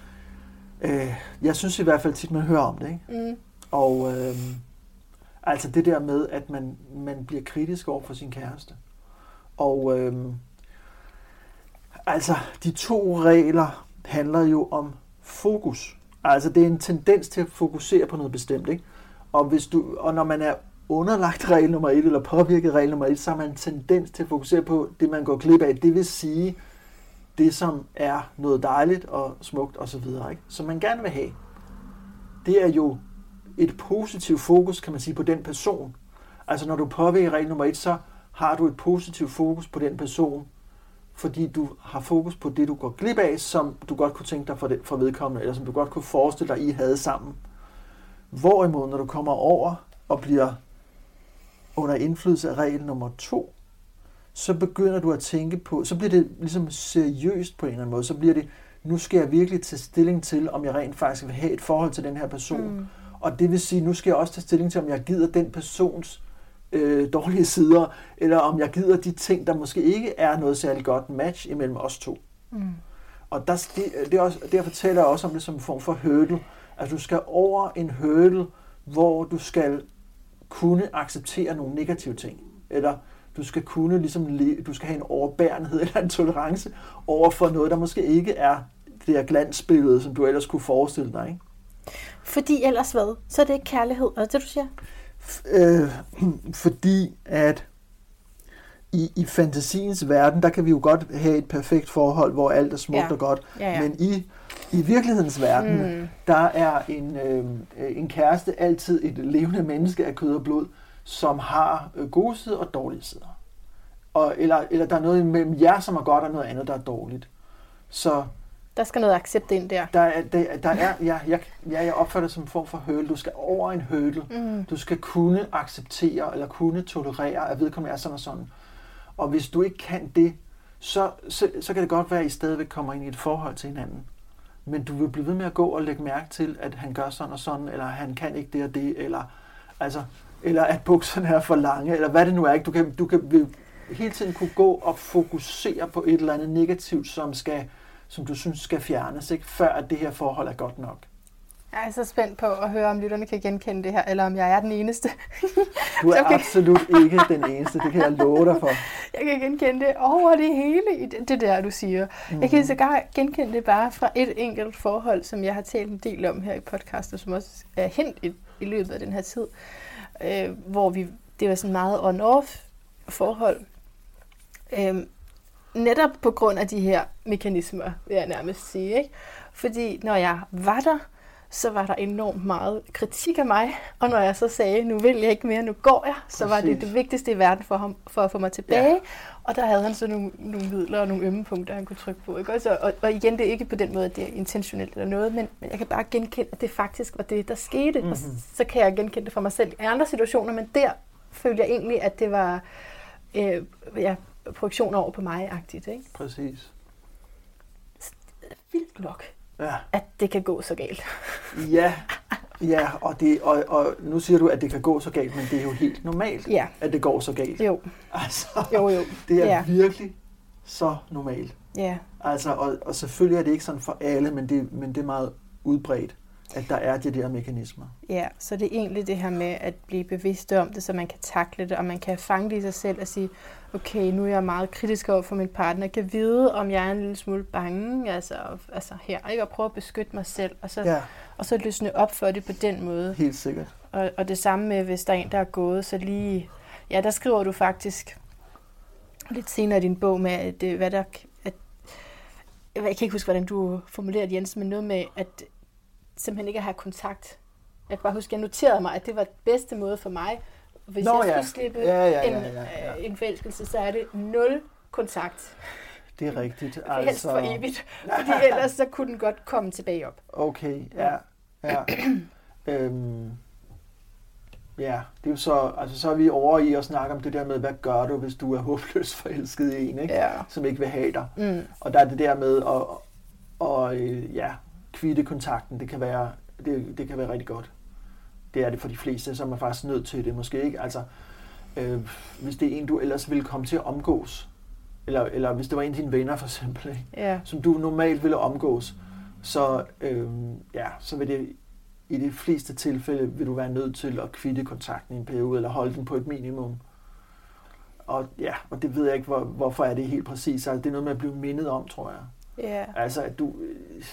øh, jeg synes i hvert fald tit, man hører om det, ikke? Mm. Og øh, altså det der med, at man, man bliver kritisk over for sin kæreste. Og øh, altså, de to regler handler jo om fokus. Altså, det er en tendens til at fokusere på noget bestemt, ikke? Og, hvis du, og når man er underlagt regel nummer et, eller påvirket regel nummer et, så har man en tendens til at fokusere på det, man går glip af. Det vil sige, det som er noget dejligt og smukt osv., ikke? Som man gerne vil have. Det er jo et positivt fokus, kan man sige, på den person. Altså, når du påvirker regel nummer et, så har du et positivt fokus på den person, fordi du har fokus på det, du går glip af, som du godt kunne tænke dig for, det, for vedkommende, eller som du godt kunne forestille dig, I havde sammen. Hvorimod, når du kommer over og bliver under indflydelse af regel nummer to, så begynder du at tænke på, så bliver det ligesom seriøst på en eller anden måde, så bliver det, nu skal jeg virkelig tage stilling til, om jeg rent faktisk vil have et forhold til den her person. Mm. Og det vil sige, nu skal jeg også tage stilling til, om jeg gider den persons øh, dårlige sider, eller om jeg gider de ting, der måske ikke er noget særligt godt match imellem os to. Mm. Og der, det, det er også, derfor taler jeg også om det som en form for hurdle. Altså du skal over en hurdle, hvor du skal kunne acceptere nogle negative ting. Eller du skal kunne ligesom, du skal have en overbærenhed eller en tolerance over for noget, der måske ikke er det her glansbillede, som du ellers kunne forestille dig, ikke? Fordi ellers hvad? Så er det ikke kærlighed, er det det, du siger? F- øh, fordi at i, i fantasiens verden, der kan vi jo godt have et perfekt forhold, hvor alt er smukt ja. og godt. Ja, ja. Men i, i virkelighedens verden, mm. der er en, øh, en kæreste altid et levende menneske af kød og blod, som har gode sider og dårlige sider. Og, eller, eller der er noget mellem jer, som er godt, og noget andet, der er dårligt. Så der skal noget accept ind der. Der er, der, der er ja, jeg, ja, jeg opfatter det som en form for hurdle. Du skal over en hurdle. Mm. Du skal kunne acceptere eller kunne tolerere, at vedkommende er sådan og sådan. Og hvis du ikke kan det, så, så, så kan det godt være, at I stadigvæk kommer ind i et forhold til hinanden. Men du vil blive ved med at gå og lægge mærke til, at han gør sådan og sådan, eller han kan ikke det og det, eller, altså, eller at bukserne er for lange, eller hvad det nu er. Ikke? Du kan, du kan vil hele tiden kunne gå og fokusere på et eller andet negativt, som, skal, som du synes skal fjernes, ikke? Før at det her forhold er godt nok. Jeg er så spændt på at høre, om lytterne kan genkende det her, eller om jeg er den eneste. Du er okay. Absolut ikke den eneste, det kan jeg love dig for. Jeg kan genkende det over det hele, i det, det der, du siger. Mm-hmm. Jeg kan sågar genkende det bare fra et enkelt forhold, som jeg har talt en del om her i podcasten, som også er hent i, i løbet af den her tid, øh, hvor vi, det var sådan meget on-off forhold. Øh, netop på grund af de her mekanismer, vil jeg nærmest sige. Ikke? Fordi når jeg var der, så var der enormt meget kritik af mig, og når jeg så sagde, nu vil jeg ikke mere, nu går jeg, så Præcis. var det det vigtigste i verden for ham, for at få mig tilbage, ja. Og der havde han så nogle, nogle midler og nogle ømme punkter, han kunne trykke på. Ikke? Også, og, og igen, det er ikke på den måde, at det er intentionelt eller noget, men, men jeg kan bare genkende, at det faktisk var det, der skete, mm-hmm. og så, så kan jeg genkende det fra mig selv i andre situationer, men der følte jeg egentlig, at det var øh, ja, projektioner over på mig-agtigt. Ikke? Præcis. Vildt nok. Ja. At det kan gå så galt. Ja, ja og, det, og, og nu siger du, at det kan gå så galt, men det er jo helt normalt, ja. At det går så galt. Jo. Altså, jo, jo. Det er ja. virkelig så normalt. Ja. Altså, og, og selvfølgelig er det ikke sådan for alle, men det, men det er meget udbredt. at der er de der mekanismer. Ja, så det er egentlig det her med at blive bevidst om det, så man kan takle det, og man kan fange det i sig selv og sige, okay, nu er jeg meget kritisk over for min partner, jeg kan vide, om jeg er en lille smule bange, altså, altså her, ikke? Og prøve at beskytte mig selv, og så, ja. og så løsne op for det på den måde. Helt sikkert. Og, og det samme med, hvis der er en, der er gået, så lige, ja, der skriver du faktisk lidt senere i din bog med, at, hvad der, at, jeg kan ikke huske, hvordan du formulerede det, Jens, men noget med, at simpelthen ikke at have kontakt. Jeg kan bare huske, at jeg noterede mig, at det var den bedste måde for mig. Hvis Nå, jeg skulle ja. slippe ja, ja, ja, en, ja, ja. en forelskelse, så er det nul kontakt. Det er rigtigt. Altså... Helst for evigt, fordi ellers så kunne den godt komme tilbage op. Okay, ja. ja. øhm, ja, det er jo så, altså så er vi over i at snakke om det der med, hvad gør du, hvis du er håbløst forelsket i en, ikke? Ja. Som ikke vil have dig. Mm. Og der er det der med at, og, øh, ja, kvitte kontakten, det kan være, det, det kan være rigtig godt. Det er det for de fleste, så er man faktisk nødt til det måske ikke. Altså, øh, hvis det er en, du ellers ville komme til at omgås, eller, eller hvis det var en af dine venner for eksempel, ikke? Ja. Som du normalt ville omgås, så, øh, ja, så vil det i de fleste tilfælde vil du være nødt til at kvitte kontakten i en periode, eller holde den på et minimum. Og ja, og det ved jeg ikke, hvor, hvorfor er det helt præcis. Altså, det er noget med at blive mindet om, tror jeg. Ja. Altså, at du...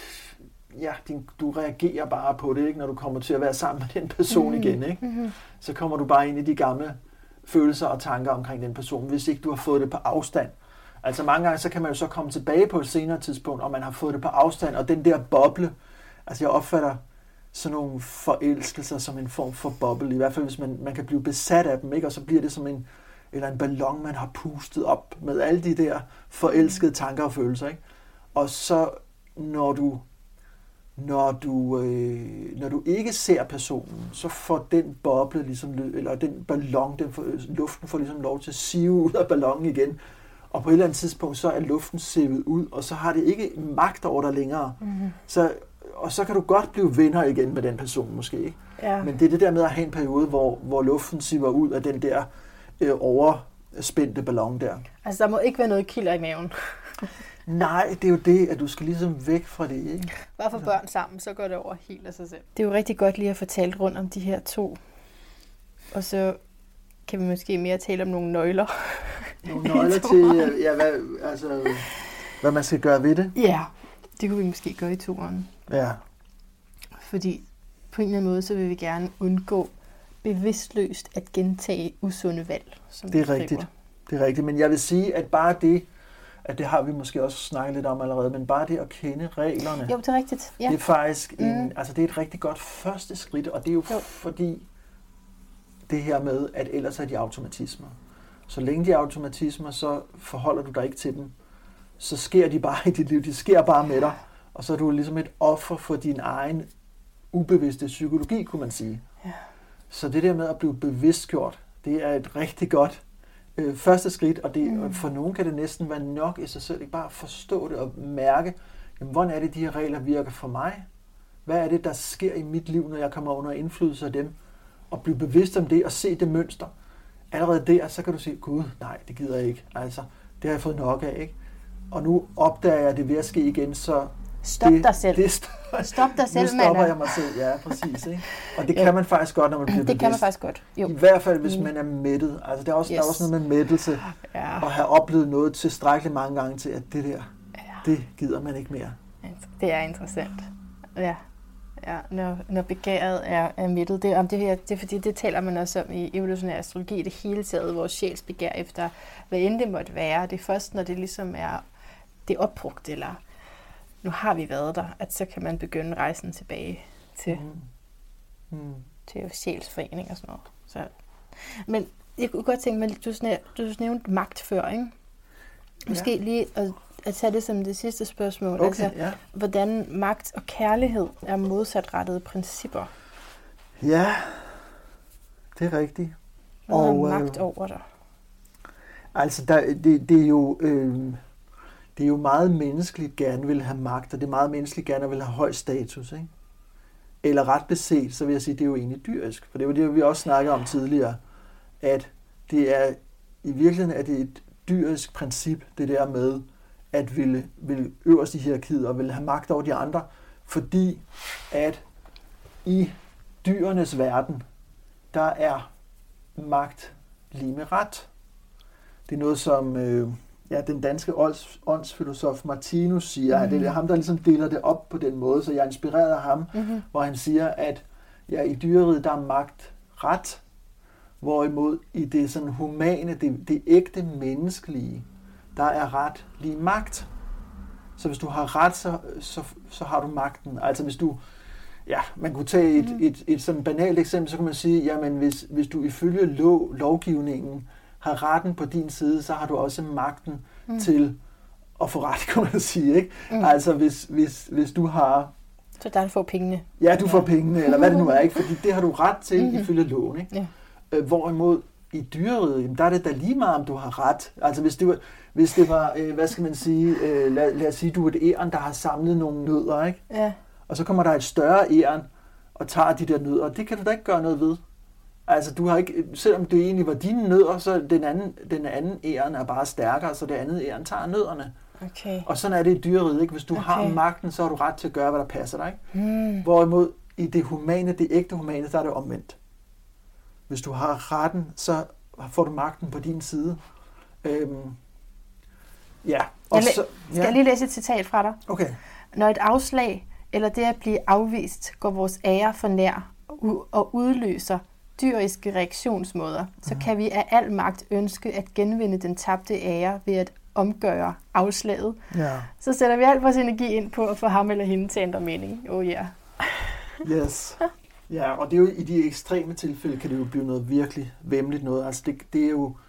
Ja, din, du reagerer bare på det, ikke, når du kommer til at være sammen med den person mm-hmm. igen. Ikke? Mm-hmm. Så kommer du bare ind i de gamle følelser og tanker omkring den person, hvis ikke du har fået det på afstand. Altså mange gange, så kan man jo så komme tilbage på et senere tidspunkt, og man har fået det på afstand, og den der boble, altså jeg opfatter sådan nogle forelskelser som en form for boble, i hvert fald hvis man, man kan blive besat af dem, ikke? Og så bliver det som en, eller en ballon, man har pustet op med alle de der forelskede tanker og følelser. Ikke? Og så når du Når du, øh, når du ikke ser personen, så får den boble, ligesom, eller den ballon, den får, luften får ligesom lov til at sive ud af ballonen igen. Og på et eller andet tidspunkt, så er luften sivet ud, og så har det ikke magt over dig længere. Mm-hmm. Så, og så kan du godt blive venner igen med den person måske. Ikke? Ja. Men det er det der med at have en periode, hvor, hvor luften siver ud af den der øh, overspændte ballon der. Altså der må ikke være noget kilder i maven. Nej, det er jo det, at du skal ligesom væk fra det, ikke? Bare få børn sammen, så går det over helt af sig selv. Det er jo rigtig godt lige at få talt rundt om de her to. Og så kan vi måske mere tale om nogle nøgler. Nogle nøgler til, ja, hvad, altså, hvad man skal gøre ved det? Ja, det kunne vi måske gøre i toeren. Ja. Fordi på en eller anden måde, så vil vi gerne undgå bevidstløst at gentage usunde valg. Som det er rigtigt. Det er rigtigt, men jeg vil sige, at bare det, at det har vi måske også snakket lidt om allerede, men bare det at kende reglerne. Jo, det er rigtigt. Ja. Det er faktisk en, mm. altså det er et rigtig godt første skridt, og det er jo, jo fordi det her med, at ellers er de automatismer. Så længe de automatismer, så forholder du dig ikke til dem. Så sker de bare i dit liv, de sker bare med dig, og så er du ligesom et offer for din egen ubevidste psykologi, kunne man sige. Ja. Så det der med at blive bevidstgjort, det er et rigtig godt øh, første skridt, og det, mm. for nogen kan det næsten være nok i sig selv, ikke bare at forstå det og mærke, jamen, hvordan er det, de her regler virker for mig? Hvad er det, der sker i mit liv, når jeg kommer under indflydelse af dem? Og blive bevidst om det og se det mønster. Allerede der, så kan du sige, gud, nej, det gider jeg ikke. Altså, det har jeg fået nok af, ikke? Og nu opdager jeg det ved at ske igen, så... Stop det, dig selv. Det st- Stop dig selv, mand. Nu stopper jeg mig selv, ja, præcis, ikke? Og det kan man faktisk godt, når man bliver det bevidst. Det kan man faktisk godt, jo. I hvert fald, hvis man er mættet. Altså, der er også, yes. der er også noget med mættelse. Ja. Og have oplevet noget tilstrækkeligt mange gange til, at det der, ja. det gider man ikke mere. Det er interessant. Ja. Ja, når, når begæret er, er mættet. Det, om det, her, det er fordi, det taler man også om i evolutionær astrologi, det hele taget, vores sjæls begær efter, hvad end det måtte være. Det er først, når det ligesom er, det er opbrugt, eller nu har vi været der, at så kan man begynde rejsen tilbage til, mm. Mm. til sjælsforening og sådan noget. Så. Men jeg kunne godt tænke mig, du, du nævnte magt før, ikke? Måske ja. lige at at tage det som det sidste spørgsmål. Okay, altså, ja. Hvordan magt og kærlighed er modsatrettede principper? Ja, det er rigtigt. Hvad og, har magt øh, over dig? Altså, der, det, det, er jo, øh, det er jo meget menneskeligt gerne vil have magt, og det er meget menneskeligt gerne vil have høj status, ikke? Eller ret beset, så vil jeg sige, det er jo egentlig dyrisk. For det var det, vi også snakkede om tidligere, at det er i virkeligheden er det et dyrisk princip, det der med, at ville, ville øverst i hierarkiet og ville have magt over de andre, fordi at i dyrenes verden, der er magt lige med ret. Det er noget, som øh, ja, den danske ånds, åndsfilosof Martinus siger. Mm. Det er ham, der ligesom deler det op på den måde, så jeg er inspireret af ham, mm-hmm. hvor han siger, at ja, i dyreriget, der er magt ret, hvorimod i det sådan humane, det, det ægte menneskelige, der er ret lige magt. Så hvis du har ret, så, så, så har du magten. Altså hvis du, ja, man kunne tage et, mm. et, et, et sådan banalt eksempel, så kan man sige, jamen hvis, hvis du ifølge lov, lovgivningen har retten på din side, så har du også magten mm. til at få ret, kan man sige, ikke? Mm. Altså hvis, hvis, hvis du har... Så der får pengene. Ja, du får pengene, eller hvad det nu er, ikke? Fordi det har du ret til mm-hmm. ifølge loven, ikke? Ja. Hvorimod i dyreriget, der er det da lige meget, om du har ret. Altså hvis det var, hvis det var øh, hvad skal man sige, øh, lad, lad os sige, du er et æren, der har samlet nogle nødder, ikke? Ja. Og så kommer der et større æren og tager de der nødder. Det kan du da ikke gøre noget ved. Altså du har ikke, selvom det egentlig var dine nødder, så den anden, den anden æren er bare stærkere, så det andet æren tager nødderne. Okay. Og sådan er det i dyreriget, ikke? Hvis du okay. har magten, så har du ret til at gøre, hvad der passer dig, ikke? Hmm. Hvorimod i det humane, det ægte humane, der er det omvendt. Hvis du har retten, så får du magten på din side. Øhm, ja. Og jeg så, ja. Skal jeg lige læse et citat fra dig? Okay. Når et afslag eller det at blive afvist går vores ære for nær og udløser dyriske reaktionsmåder, så kan vi af al magt ønske at genvinde den tabte ære ved at omgøre afslaget. Ja. Så sætter vi al vores energi ind på at få ham eller hende til at ændre mening. Oh ja. Yeah. Yes. Ja, og det er jo i de ekstreme tilfælde, kan det jo blive noget virkelig væmmeligt noget. Altså det, det er jo,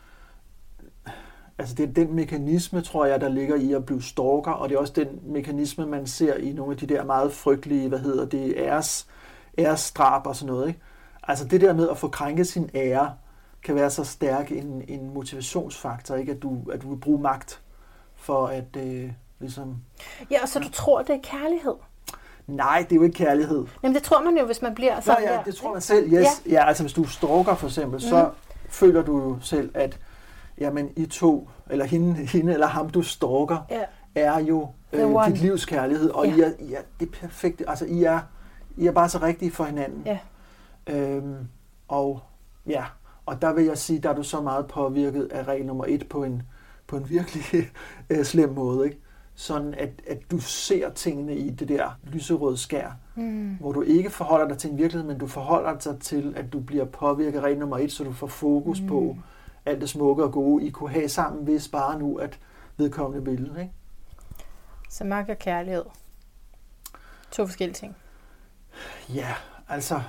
altså det er den mekanisme, tror jeg, der ligger i at blive stalker, og det er også den mekanisme, man ser i nogle af de der meget frygtelige, hvad hedder det, æres, æresdrab og sådan noget, ikke? Altså det der med at få krænket sin ære, kan være så stærk en, en motivationsfaktor, ikke? At du, at du vil bruge magt for at øh, ligesom... Ja, og så du tror, det er kærlighed? Nej, det er jo ikke kærlighed. Jamen det tror man jo, hvis man bliver sådan ja, ja, der. det tror man selv. Yes. Ja. ja, altså hvis du stalker for eksempel, mm. så føler du jo selv, at jamen, I to, eller hende, hende eller ham, du stalker, ja. er jo øh, dit livs kærlighed, og ja. I, er, I er det perfekte. Altså I er, I er bare så rigtige for hinanden. Ja. Øhm, og ja, og der vil jeg sige, der er du så meget påvirket af regel nummer et på en, på en virkelig øh, slem måde, ikke? Sådan at, at du ser tingene i det der lyserøde skær, mm. hvor du ikke forholder dig til en virkelighed, men du forholder dig til, at du bliver påvirket af regel nummer et, så du får fokus mm. på alt det smukke og gode, I kunne have sammen, hvis bare nu, at vedkommende ville, ikke? Så magt og kærlighed. To forskellige ting. Ja, altså...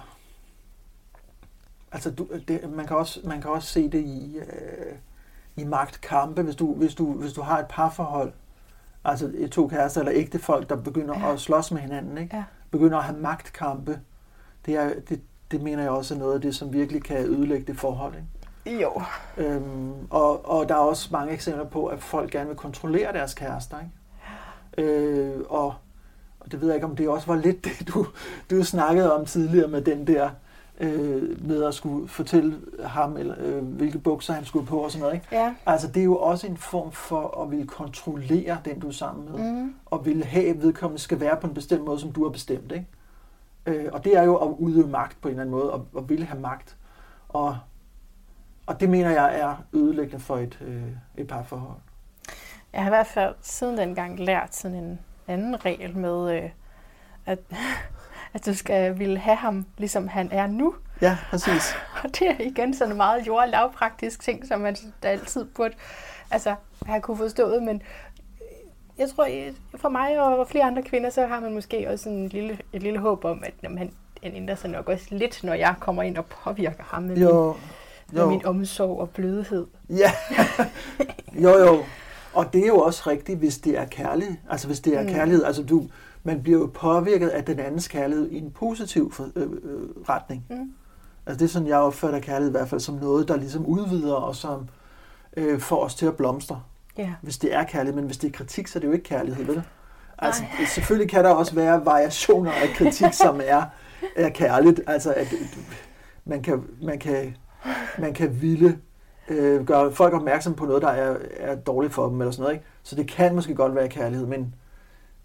Altså, du, det, man, kan også, man kan også se det i, øh, i magtkampe, hvis du, hvis, du, hvis du har et parforhold, altså to kærester eller ægte folk, der begynder ja. at slås med hinanden, ikke? Ja. Begynder at have magtkampe. Det, er, det, det mener jeg også er noget af det, som virkelig kan ødelægge det forhold, ikke? Jo. Øhm, og, og der er også mange eksempler på, at folk gerne vil kontrollere deres kærester, ikke? Øh, og, og det ved jeg ikke, om det også var lidt det, du, du snakkede om tidligere med den der, øh, med at skulle fortælle ham, eller, øh, hvilke bukser han skulle på og sådan noget, ikke? Ja. Altså det er jo også en form for at ville kontrollere den, du er sammen med, mm. og ville have, at vedkommende skal være på en bestemt måde, som du har bestemt, ikke? Øh, og det er jo at udøve magt på en eller anden måde, og, og ville have magt. Og, og det mener jeg er ødelæggende for et, øh, et parforhold. Jeg har i hvert fald siden dengang lært sådan en anden regel med, øh, at, at du skal ville have ham, ligesom han er nu. Ja, præcis. Og det er igen sådan en meget jord- og lavpraktisk ting, som man altid burde altså, have kunne forstået, men jeg tror, for mig og flere andre kvinder, så har man måske også en lille, et lille håb om, at jamen, han, han ændrer sig nok også lidt, når jeg kommer ind og påvirker ham med, jo, min, med jo. min omsorg og blødhed. Ja, jo jo. Og det er jo også rigtigt, hvis det er kærlighed. Altså hvis det er mm. kærlighed, altså du, man bliver jo påvirket af den andens kærlighed i en positiv for, øh, øh, retning. Mm. Altså det er sådan, jeg opfatter kærlighed i hvert fald som noget, der ligesom udvider og som øh, får os til at blomstre. Yeah. Hvis det er kærlighed, men hvis det er kritik, så er det jo ikke kærlighed, vel? Altså Ej. Selvfølgelig kan der også være variationer af kritik, som er, er kærligt. Altså at man kan, man kan, man kan ville øh, gøre folk opmærksom på noget, der er, er dårligt for dem, eller sådan noget, ikke? Så det kan måske godt være kærlighed, men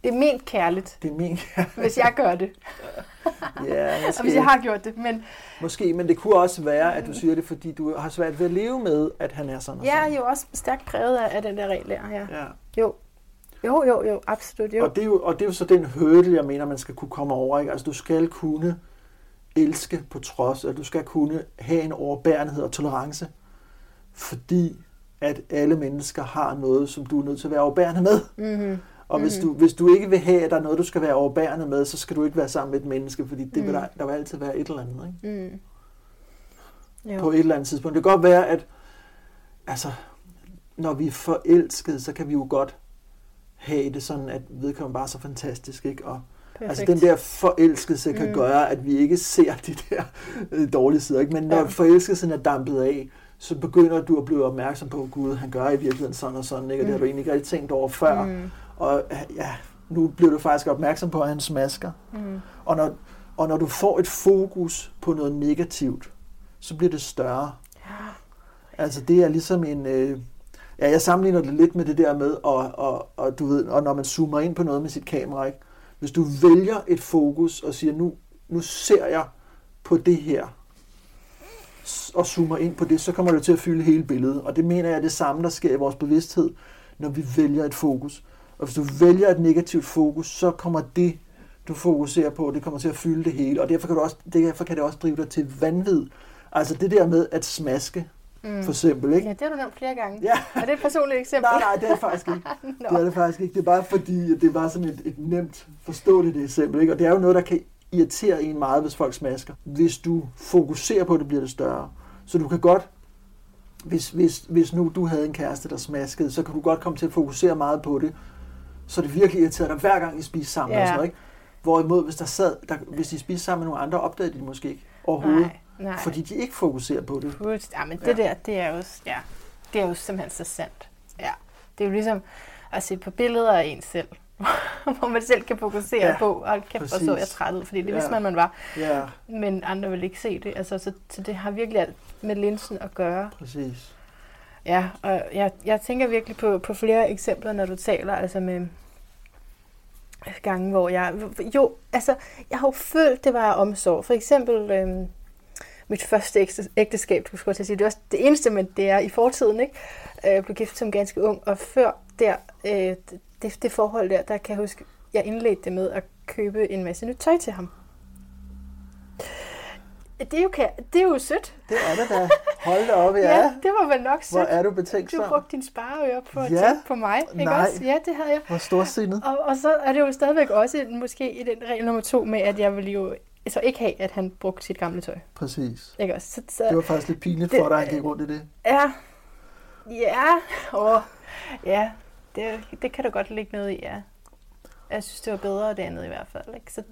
Det er ment kærligt. Det er ment kærligt. Hvis jeg gør det. Ja, og hvis jeg har gjort det. Men... Måske, men det kunne også være, at du siger det, fordi du har svært ved at leve med, at han er sådan og sådan. Jeg er jo også stærkt præget af, af den der regel der. Ja. Ja. Jo. Jo, jo, jo, absolut. Jo. Og, det er jo, og det er jo så den hurdle, jeg mener, man skal kunne komme over. Ikke? Altså, du skal kunne elske på trods, og du skal kunne have en overbærenhed og tolerance, fordi at alle mennesker har noget, som du er nødt til at være overbærende med. Mm-hmm. Og hvis, mm-hmm. du, hvis du ikke vil have, at der er noget, du skal være overbærende med, så skal du ikke være sammen med et menneske, fordi det mm. vil der, der vil altid være et eller andet. Ikke? Mm. På et eller andet tidspunkt. Det kan godt være, at altså, når vi er forelskede, så kan vi jo godt have det sådan, at vedkommende bare er så fantastisk. Ikke? Og, altså den der forelskelse kan mm. gøre, at vi ikke ser de der dårlige sider. Ikke? Men når ja. forelskelsen er dampet af, så begynder du at blive opmærksom på, Gud, han gør i virkeligheden sådan og sådan, ikke? Og mm. det har du egentlig ikke rigtig tænkt over før. Mm. Og ja, nu bliver du faktisk opmærksom på, at han smasker. Mm. Og, når, og når du får et fokus på noget negativt, så bliver det større. Ja. Altså det er ligesom en... Øh, ja, jeg sammenligner det lidt med det der med, og, og, og, du ved, og når man zoomer ind på noget med sit kamera, ikke? Hvis du vælger et fokus og siger, nu, nu ser jeg på det her, og zoomer ind på det, så kommer det til at fylde hele billedet. Og det mener jeg er det samme, der sker i vores bevidsthed, når vi vælger et fokus. Og hvis du vælger et negativt fokus, så kommer det, du fokuserer på, det kommer til at fylde det hele. Og derfor kan, du også, derfor kan det også drive dig til vanvid. Altså det der med at smaske, mm. for eksempel. Ikke? Ja, det har du nævnt flere gange. Ja. Er det et personligt eksempel? Nej, nej, det er det faktisk ikke. no. Det er det faktisk ikke. Det er bare fordi, at det er bare sådan et, et nemt forståeligt eksempel. Ikke? Og det er jo noget, der kan irritere en meget, hvis folk smasker. Hvis du fokuserer på det, bliver det større. Så du kan godt, hvis, hvis, hvis nu du havde en kæreste, der smaskede, så kan du godt komme til at fokusere meget på det. Så det virkelig irriterer dig hver gang I spiser sammen. Yeah. Og sådan noget, ikke? Hvorimod, hvis, der sad, der, hvis de spiser sammen med nogle andre, opdagede de det måske ikke overhovedet. Nej, nej. Fordi de ikke fokuserer på det. Ja, men det ja. der, det er jo, ja, det er jo simpelthen så sandt. Ja. Det er jo ligesom at se på billeder af en selv, hvor man selv kan fokusere ja, på, og kæft, hvor så jeg træt ud, fordi det vidste ja. man, man var. Ja. Men andre vil ikke se det. Altså, så, så det har virkelig alt med linsen at gøre. Præcis. Ja, og jeg, jeg tænker virkelig på, på flere eksempler, når du taler, altså med gange, hvor jeg... Jo, altså, jeg har jo følt, det var omsorg. For eksempel øhm, mit første ægteskab, du skulle til at sige, det er også det eneste, men det er i fortiden, ikke? Jeg blev gift som ganske ung, og før der, øh, det, det forhold der, der kan jeg huske, jeg indledte det med at købe en masse nyt tøj til ham. Det er jo, det er jo sødt. Det er det da. Hold da op, ja. Ja, det var vel nok sødt. Hvor er du betænksom? Du brugte din spareøre på at ja. tænke på mig. Ikke Nej. Også? Ja, det havde jeg. Hvor storsindet. Og, og så er det jo stadigvæk også måske i den regel nummer to med, at jeg ville jo så ikke have, at han brugte sit gamle tøj. Præcis. Ikke også? Så, så, det var faktisk lidt pinligt det, for dig, at han gik rundt i det. Ja. Ja. Og, ja. Det, det kan du godt ligge noget i, ja. Jeg synes, det var bedre det andet i hvert fald. Ikke? Så,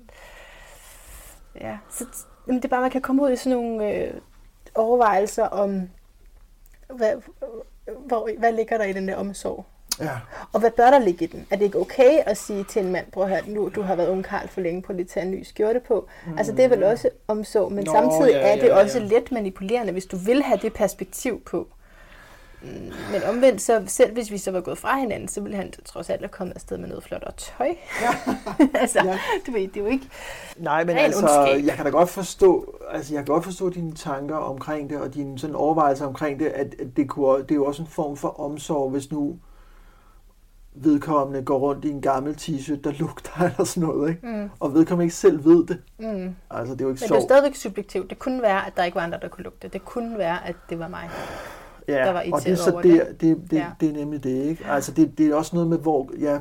ja. Så, jamen, det er bare, man kan komme ud i sådan nogle øh, overvejelser om, hvad, hvor, hvad ligger der i den der omsorg? Ja. Og hvad bør der ligge i den? Er det ikke okay at sige til en mand, prøv at høre, nu du har været ungkarl for længe, på lige tage en ny skjorte på? Mm. Altså det er vel også omsorg, men Nå, samtidig ja, er det ja, også ja. lidt manipulerende, hvis du vil have det perspektiv på. Men omvendt, så selv hvis vi så var gået fra hinanden, så ville han trods alt have kommet afsted med noget flottere tøj. Ja. altså, ja. du ved, det er jo ikke Nej, men altså, ondskab. Jeg kan da godt forstå, altså jeg kan godt forstå dine tanker omkring det, og dine sådan overvejelser omkring det, at det, kunne, det er jo også en form for omsorg, hvis nu vedkommende går rundt i en gammel t-shirt, der lugter eller sådan noget, ikke? Mm. Og vedkommende ikke selv ved det. Mm. Altså, det er jo ikke men sjovt. Det er jo stadigvæk subjektivt. Det kunne være, at der ikke var andre, der kunne lugte. Det kunne være, at det var mig. Ja, der var og det er så det, det, det, det, ja. det er nemlig det, ikke? Altså det, det er også noget med, hvor ja,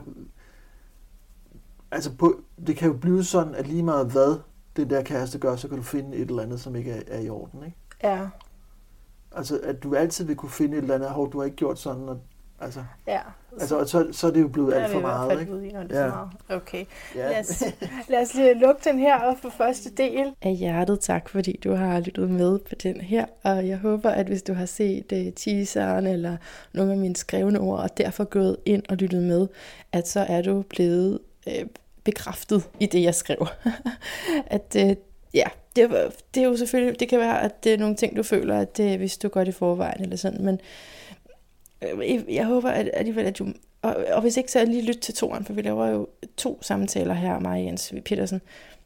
altså på, det kan jo blive sådan, at lige meget hvad den der kæreste gør, så kan du finde et eller andet, som ikke er, er i orden, ikke? Ja. Altså, at du altid vil kunne finde et eller andet, hvor du har ikke gjort sådan, og, altså, ja. altså og så, så er det jo blevet alt for meget, ikke? Ud i, når det er ja. meget. Okay. Ja. Lad, os, lad os lige lukke den her op for første del. Af hjertet tak, fordi du har lyttet med på den her, og jeg håber, at hvis du har set uh, teaseren eller nogle af mine skrevne ord, og derfor gået ind og lyttet med, at så er du blevet uh, bekræftet i det, jeg skrev. at uh, ja, det, det er jo selvfølgelig, det kan være, at det er nogle ting, du føler, at det vidste du godt i forvejen, eller sådan, men Jeg håber at alligevel, at du... Og, og hvis ikke, så lige lyt til toeren, for vi laver jo to samtaler her, mig og Jens Petersen.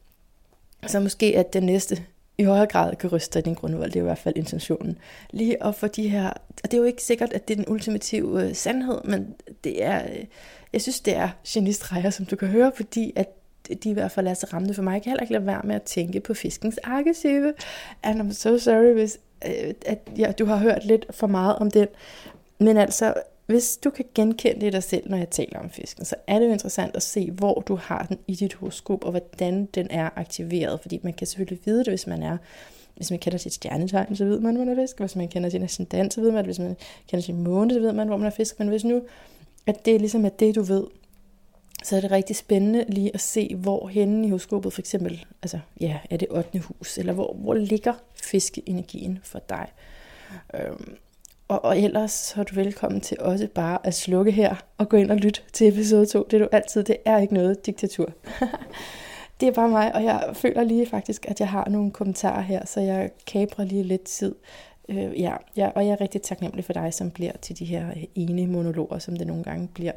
Så måske, at den næste i højere grad kan ryste din grundvold. Det er jo i hvert fald intentionen. Lige op for de her... Og det er jo ikke sikkert, at det er den ultimative øh, sandhed, men det er... Øh, jeg synes, det er genistreger, som du kan høre, fordi at de i hvert fald er så rammende for mig. Jeg kan heller ikke lade være med at tænke på fiskens arketype. And I'm so sorry, hvis øh, at, ja, du har hørt lidt for meget om den. Men altså, hvis du kan genkende det i dig selv, når jeg taler om fisken, så er det jo interessant at se, hvor du har den i dit horoskop, og hvordan den er aktiveret. Fordi man kan selvfølgelig vide det, hvis man er... Hvis man kender sit stjernetegn, så ved man, hvor man er fisk. Hvis man kender sin ascendant, så ved man, hvis man kender sin måne, så ved man, hvor man er fisk. Men hvis nu, at det ligesom er det, du ved, så er det rigtig spændende lige at se, hvor henne i horoskopet, for eksempel, altså, ja, er det ottende hus, eller hvor, hvor ligger fiskeenergien for dig. Øhm, og, og ellers så er du velkommen til også bare at slukke her, og gå ind og lytte til episode to. Det er du altid, det er ikke noget diktatur. Det er bare mig, og jeg føler lige faktisk, at jeg har nogle kommentarer her, så jeg kaprer lige lidt tid. Øh, ja, ja, og jeg er rigtig taknemmelig for dig, som bliver til de her ene monologer, som det nogle gange bliver.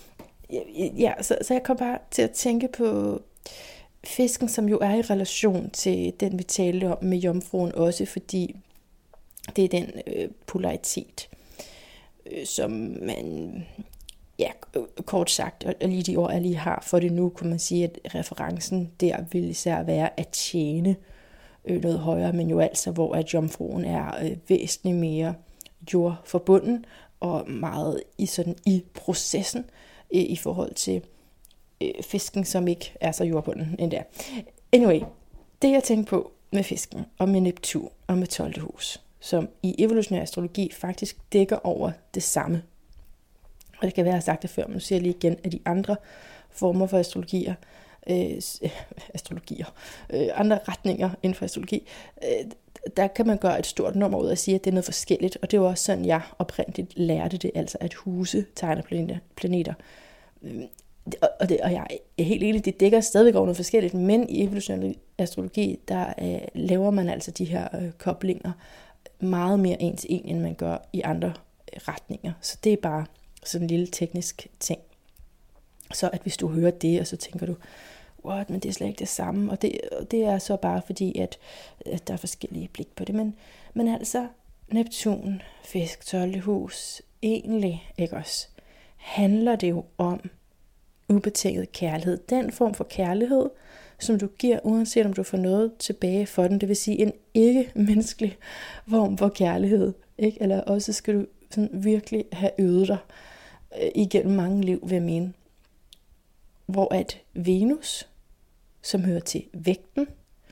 Ja, så, så jeg kom bare til at tænke på fisken, som jo er i relation til den, vi talte om med jomfruen også, fordi det er den øh, polaritet, øh, som man... Ja, kort sagt, og lige de ord, jeg lige har for det nu, kunne man sige, at referencen der vil især være at tjene noget højere, men jo altså, hvor at jomfruen er væsentligt mere jordforbunden, og meget i, sådan, i processen, i forhold til fisken, som ikke er så jordbunden endda. Anyway, det jeg tænkte på med fisken, og med Neptun, og med tolvte hus, som i evolutionær astrologi faktisk dækker over det samme. Og det kan være, at jeg har sagt det før, men nu siger jeg lige igen, at de andre former for astrologier, øh, astrologier, øh, andre retninger inden for astrologi, øh, der kan man gøre et stort nummer ud af at sige, at det er noget forskelligt. Og det var også sådan, jeg oprindeligt lærte det, altså at huse tegner planeter. Øh, og, det, og jeg er helt enig, det dækker stadigvæk over noget forskelligt, men i evolutionær astrologi, der øh, laver man altså de her øh, koblinger meget mere en til en, end man gør i andre øh, retninger. Så det er bare sådan en lille teknisk ting. Så at hvis du hører det, og så tænker du, what, men det er slet ikke det samme. Og det, og det er så bare fordi, at, at der er forskellige blik på det. Men, men altså, Neptun, fisk, tolvte hus, egentlig, ikke også, handler det jo om ubetinget kærlighed. Den form for kærlighed, som du giver, uanset om du får noget tilbage for den. Det vil sige en ikke-menneskelig form for kærlighed. Ikke? Eller også skal du sådan virkelig have øvet dig øh, igennem mange liv, vil jeg mene. Hvor at Venus, som hører til vægten,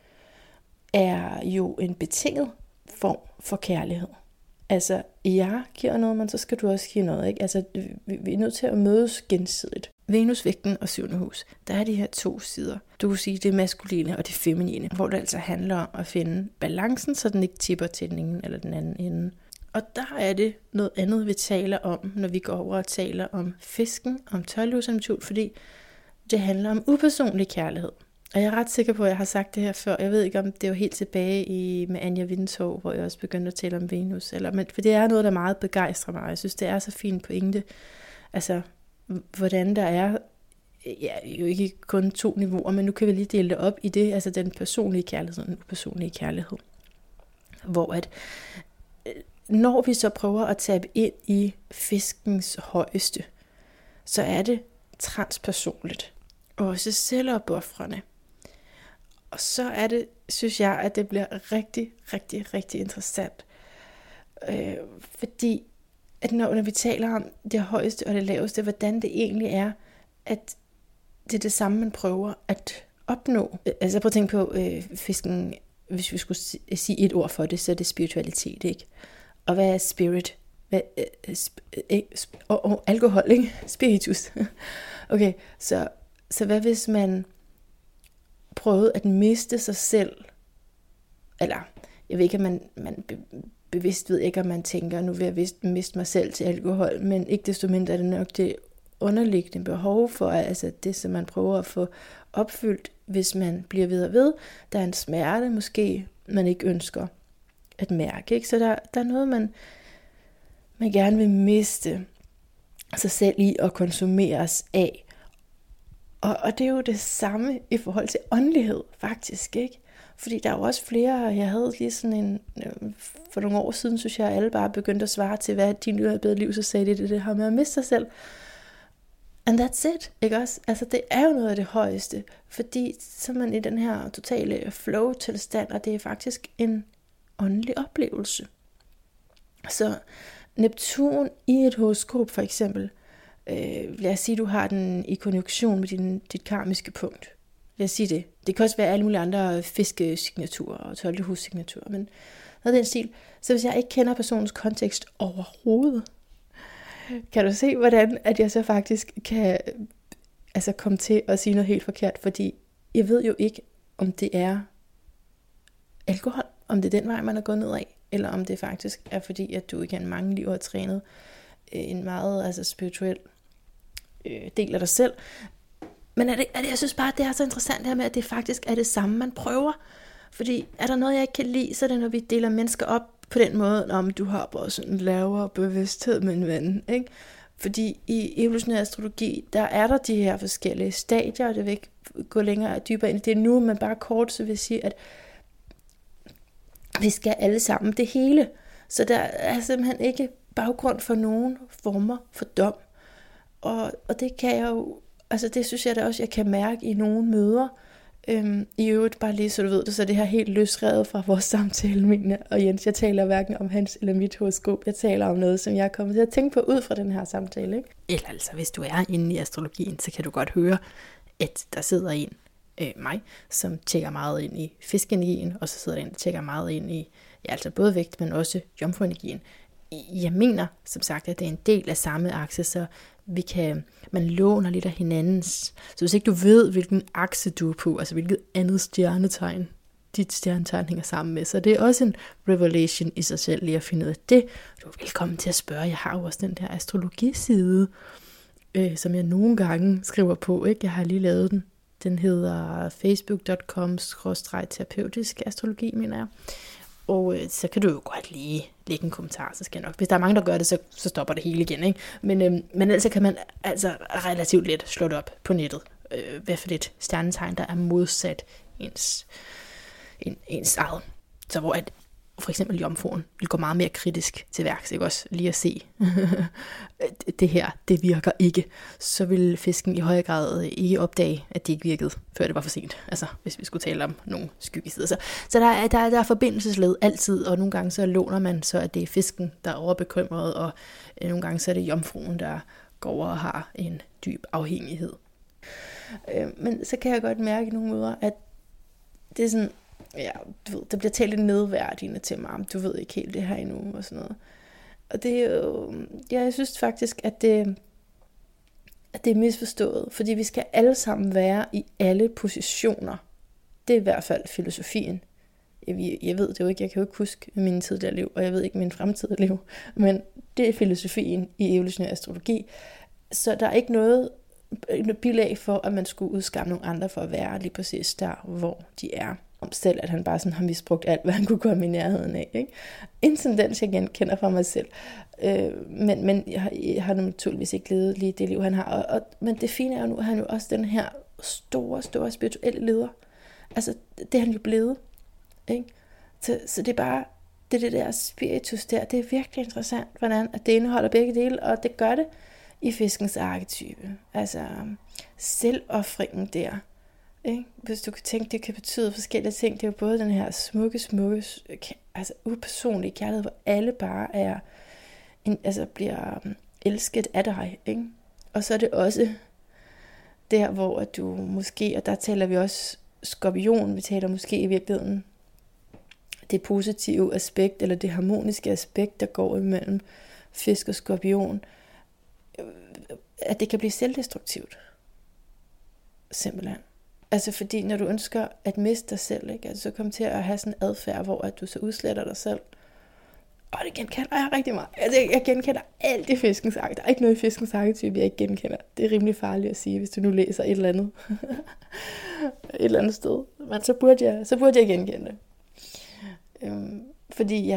er jo en betinget form for kærlighed. Altså, jeg giver noget, men så skal du også give noget. Ikke? Altså, vi, vi er nødt til at mødes gensidigt. Venus, vægten og syvende hus, der er de her to sider. Du kan sige, det maskuline og det feminine, hvor det altså handler om at finde balancen, så den ikke tipper til den ene eller den anden ende. Og der er det noget andet, vi taler om, når vi går over og taler om fisken, om tolvte hus og Neptun, fordi det handler om upersonlig kærlighed. Og jeg er ret sikker på, at jeg har sagt det her før. Jeg ved ikke, om det var helt tilbage i, med Anja Vindtog, hvor jeg også begyndte at tale om Venus. Eller, men, for det er noget, der meget begejstrer mig. Jeg synes, det er så fint pointe. Altså, hvordan der er, ja, jo ikke kun to niveauer, men nu kan vi lige dele det op i det, altså den personlige kærlighed og den upersonlige kærlighed. Hvor at, når vi så prøver at tabe ind i fiskens højeste, så er det transpersonligt. Også selvopofrende. Og så er det, synes jeg, at det bliver rigtig, rigtig, rigtig interessant. Øh, fordi, at når, når vi taler om det højeste og det laveste, hvordan det egentlig er, at det er det samme, man prøver at opnå. Altså prøv at tænke på øh, fisken, hvis vi skulle sige et ord for det, så er det spiritualitet, ikke? Og hvad er spirit? Hvad, øh, sp- øh, sp- og, og alkohol, ikke? Spiritus. Okay, så, så hvad hvis man prøvede at miste sig selv? Eller, jeg ved ikke, at man, man be, bevidst ved ikke, at man tænker, nu vil jeg vist miste mig selv til alkohol, men ikke desto mindre er det nok det underliggende behov for, altså det, som man prøver at få opfyldt, hvis man bliver ved og ved. Der er en smerte, måske man ikke ønsker at mærke, ikke? Så der, der er noget, man, man gerne vil miste sig selv i at konsumeres af. Og, og det er jo det samme i forhold til åndelighed, faktisk, ikke? Fordi der er jo også flere, jeg havde lige sådan en, for nogle år siden, synes jeg, at alle bare begyndte at svare til, hvad er din nye bedre liv, så sagde de det, det her med at miste sig selv. And that's it, ikke også? Altså det er jo noget af det højeste, fordi så er man i den her totale flow-tilstand, og det er faktisk en åndelig oplevelse. Så Neptun i et horoskop for eksempel, øh, lad os sige, du har den i konjunktion med din, dit karmiske punkt. Lad os sige det. Det kan også være alle mulige andre fiskesignaturer og tolvte hussignaturer, men noget af den stil. Så hvis jeg ikke kender personens kontekst overhovedet, kan du se, hvordan at jeg så faktisk kan altså komme til at sige noget helt forkert, fordi jeg ved jo ikke, om det er alkohol, om det er den vej, man er gået ned af, eller om det faktisk er fordi, at du igen mange liv har trænet en meget altså spirituel øh, del af dig selv. Men er det, er det, jeg synes bare, at det er så interessant her med, at det faktisk er det samme, man prøver. Fordi er der noget, jeg ikke kan lide, så er det, når vi deler mennesker op på den måde, om du har bare sådan en lavere bevidsthed med en ven, ikke? Fordi i evolutionær astrologi, der er der de her forskellige stadier, og det vil ikke gå længere dybere ind. Det er nu, men bare kort, så vil jeg sige, at vi skal alle sammen det hele. Så der er simpelthen ikke baggrund for nogen former for dom. Og, og det kan jeg jo, altså det synes jeg da også, jeg kan mærke i nogle møder. Øhm, I øvrigt bare lige, så du ved det, så er det her helt løsrevet fra vores samtale, Mine og Jens. Jeg taler hverken om hans eller mit horoskop. Jeg taler om noget, som jeg er kommet til at tænke på ud fra den her samtale, ikke? Eller altså, hvis du er inde i astrologien, så kan du godt høre, at der sidder en, øh, mig, som tjekker meget ind i fiskenergien, og så sidder der en, der tjekker meget ind i, ja, altså både vægt, men også jomfruenergien. Jeg mener, som sagt, at det er en del af samme akse, så vi kan, man låner lidt af hinandens. Så hvis ikke du ved, hvilken akse du er på, altså hvilket andet stjernetegn dit stjernetegn hænger sammen med, så det er også en revelation i sig selv lige at finde ud af det. Du er velkommen til at spørge. Jeg har jo også den der astrologiside, øh, som jeg nogle gange skriver på, ikke? Jeg har lige lavet den. Den hedder facebook punktum com skråstreg terapeutisk astrologi, mener jeg. Og øh, så kan du jo godt lige lægge en kommentar, så skal jeg nok. Hvis der er mange, der gør det, så, så stopper det hele igen, ikke? Men, øh, men ellers kan man altså relativt let slå det op på nettet. Øh, hvad for et stjernetegn, der er modsat ens, en, ens eget. Så hvor at for eksempel jomfruen vil gå meget mere kritisk til værks, ikke også? Lige at se, det her, det virker ikke. Så vil fisken i højere grad ikke opdage, at det ikke virkede, før det var for sent. Altså, hvis vi skulle tale om nogle skyggesider. Så, så der, er, der, er, der er forbindelsesled altid, og nogle gange så låner man så, at det er fisken, der er overbekymret, og nogle gange så er det jomfruen, der går over og har en dyb afhængighed. Men så kan jeg godt mærke i nogle møder, at det er sådan, ja, du ved, der bliver talt lidt nedværdigende til mig, du ved ikke helt det her endnu, og sådan noget. Og det er jo, ja, jeg synes faktisk, at det, at det er misforstået, fordi vi skal alle sammen være i alle positioner. Det er i hvert fald filosofien. Jeg, jeg ved det jo ikke, jeg kan jo ikke huske min tidligere liv, og jeg ved ikke min fremtidige liv, men det er filosofien i evolutionær astrologi. Så der er ikke noget bilag for, at man skulle udskamme nogle andre for at være lige præcis der, hvor de er. Om selv, at han bare sådan har misbrugt alt, hvad han kunne komme i nærheden af. Ikke? En tendens, jeg genkender fra mig selv. Øh, men men jeg, har, jeg har naturligvis ikke levet lige det liv, han har. Og, og, men det fine er jo nu, at han jo også den her store, store spirituelle leder. Altså, det er han jo blevet. Ikke? Så, så det er bare, det, det der spiritus der, det er virkelig interessant, hvordan at det indeholder begge dele, og det gør det i fiskens arketype. Altså, selvoffringen der. Ikke? Hvis du kan tænke, det kan betyde forskellige ting. Det er jo både den her smukke, smukke, altså upersonlige kærlighed, hvor alle bare er, en, altså bliver elsket af dig. Ikke? Og så er det også der, hvor du måske, og der taler vi også skorpion, vi taler måske i virkeligheden det positive aspekt, eller det harmoniske aspekt, der går imellem fisk og skorpion, at det kan blive selvdestruktivt. Simpelthen. Altså fordi, når du ønsker at miste dig selv, ikke? Altså så kom til at have sådan en adfærd, hvor at du så udsletter dig selv. Og det genkender jeg rigtig meget. Altså, jeg genkender alt i fiskens arketype. Der er ikke noget i fiskens arketype, jeg ikke genkender. Det er rimelig farligt at sige, hvis du nu læser et eller andet. et eller andet sted. Men så burde jeg, så burde jeg genkende det. Øhm, fordi jeg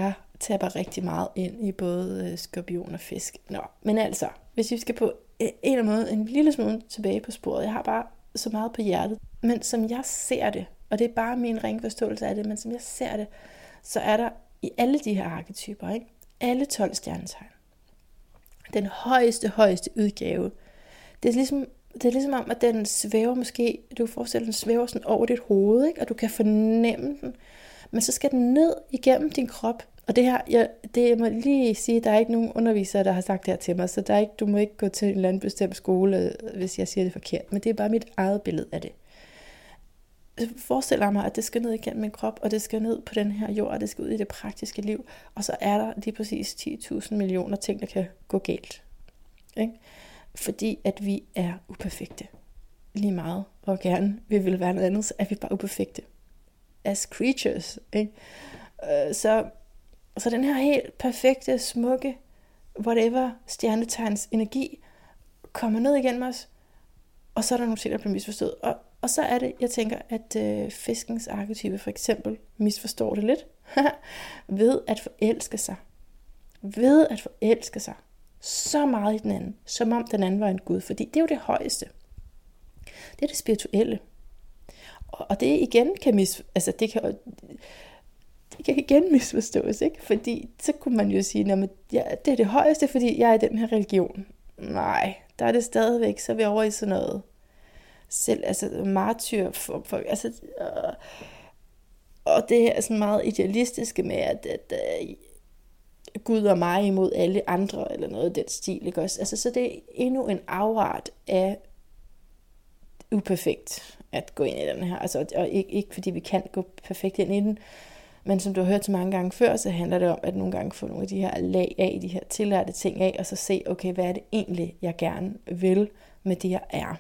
tapper rigtig meget ind i både skorpion og fisk. Nå, men altså, hvis vi skal på en eller anden måde en lille smule tilbage på sporet, jeg har bare så meget på hjertet, men som jeg ser det, og det er bare min ringe forståelse af det, men som jeg ser det, så er der i alle de her arketyper, ikke? Alle tolv stjernetegn, den højeste, højeste udgave. Det er ligesom, det er ligesom om, at den svæver måske, du kan forestille, den svæver sådan over dit hoved, ikke? Og du kan fornemme den, men så skal den ned igennem din krop. Og det her, jeg, det jeg må lige sige, der er ikke nogen undervisere, der har sagt det her til mig, så der er ikke, du må ikke gå til en eller anden bestemt skole, hvis jeg siger det forkert, men det er bare mit eget billede af det. Jeg forestiller mig, at det skal ned igennem min krop, og det skal ned på den her jord, og det skal ud i det praktiske liv, og så er der lige præcis ti tusind millioner ting, der kan gå galt. Ikke? Fordi at vi er uperfekte. Lige meget, og gerne vi vil være noget andet, så er vi bare uperfekte. As creatures. Ikke? Så, så den her helt perfekte, smukke, whatever, stjernetegns energi, kommer ned igennem os, og så er der nogle ting, der bliver misforstået. Og, og så er det, jeg tænker, at øh, fiskens arketype for eksempel misforstår det lidt, ved at forelske sig. Ved at forelske sig så meget i den anden, som om den anden var en gud, fordi det er jo det højeste. Det er det spirituelle. Og, og det igen kan mis, altså det kan, det kan igen misforstås, ikke? Fordi så kunne man jo sige, at ja, det er det højeste, fordi jeg er i den her religion. Nej, der er det stadigvæk, så er vi over i sådan noget selv, altså martyr for, for altså, øh, og det er sådan meget idealistiske med, at, at, at Gud og mig imod alle andre, eller noget af den stil, ikke også? Altså, så det er endnu en afart af uperfekt at gå ind i den her, altså, og ikke, ikke fordi vi kan gå perfekt ind i den, men som du har hørt så mange gange før, så handler det om, at nogle gange få nogle af de her lag af, de her tillærte ting af, og så se, okay, hvad er det egentlig, jeg gerne vil med det, jeg er.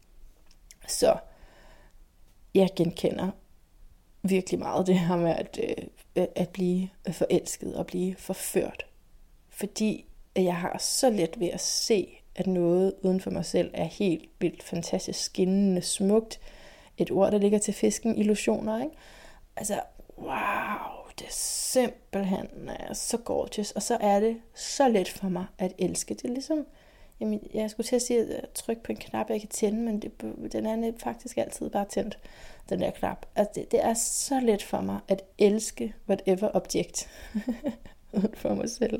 Så jeg genkender virkelig meget det her med at, øh, at blive forelsket og blive forført. Fordi jeg har så let ved at se, at noget uden for mig selv er helt vildt fantastisk, skinnende, smukt. Et ord, der ligger til fisken, illusioner, ikke? Altså, wow, det er simpelthen er så gorgeous. Og så er det så let for mig at elske. Det er ligesom, jamen, jeg skulle til at sige, at tryk på en knap, jeg kan tænde, men det, den er faktisk altid bare tændt, den der knap. Altså, det, det er så let for mig at elske whatever objekt uden for mig selv.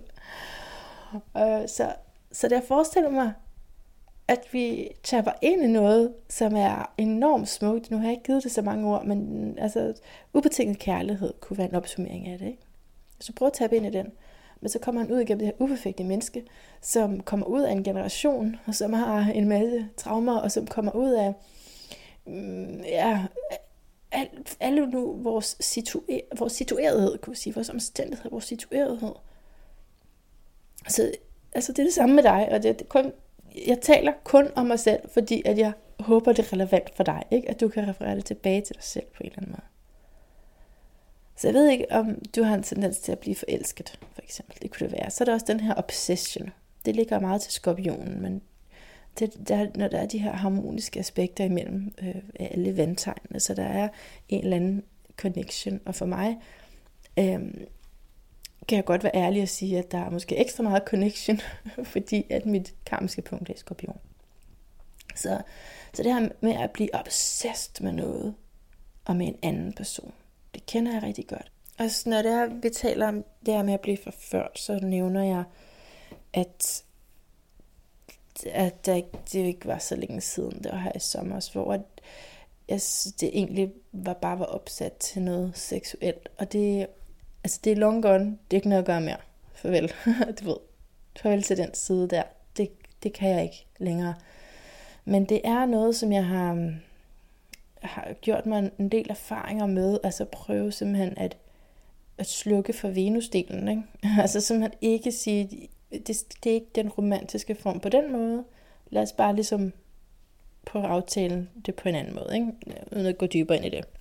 Uh, så, så det jeg forestiller mig, at vi tapper ind i noget, som er enormt smukt. Nu har jeg ikke givet det så mange ord, men altså, ubetinget kærlighed kunne være en opsummering af det, ikke? Så prøv at tappe ind i den. Men så kommer han ud igennem det her uperfekte menneske, som kommer ud af en generation, og som har en masse traumer, og som kommer ud af mm, ja, al, alle nu vores, situa- vores situerethed, kunne vi sige, vores omstændighed, vores situerethed. Så altså, det er det samme med dig, og det er kun, jeg taler kun om mig selv, fordi at jeg håber, det er relevant for dig, ikke? At du kan referere det tilbage til dig selv på en eller anden måde. Så jeg ved ikke, om du har en tendens til at blive forelsket, for eksempel. Det kunne det være. Så er der også den her obsession. Det ligger meget til skorpionen, men det, der, når der er de her harmoniske aspekter imellem øh, alle vandtegnene, så der er en eller anden connection. Og for mig øh, kan jeg godt være ærlig og sige, at der er måske ekstra meget connection, fordi at mit karmiske punkt er skorpion. Så, så det her med at blive obsessed med noget, og med en anden person, det kender jeg rigtig godt. Og så når det er, vi taler om det her med at blive forført, så nævner jeg, at, at det, det ikke var så længe siden, det var her i sommer, hvor jeg, det egentlig var bare var opsat til noget seksuelt. Og det, altså det er long gone, det er ikke noget at gøre mere. Farvel, du ved. Farvel til den side der. Det, det kan jeg ikke længere. Men det er noget, som jeg har... har gjort mig en del erfaringer med, altså prøve simpelthen at, at slukke for Venus-delen, ikke? Altså simpelthen ikke sige, det, det er ikke den romantiske form på den måde. Lad os bare ligesom prøve at aftale det på en anden måde, ikke? Uden at gå dybere ind i det.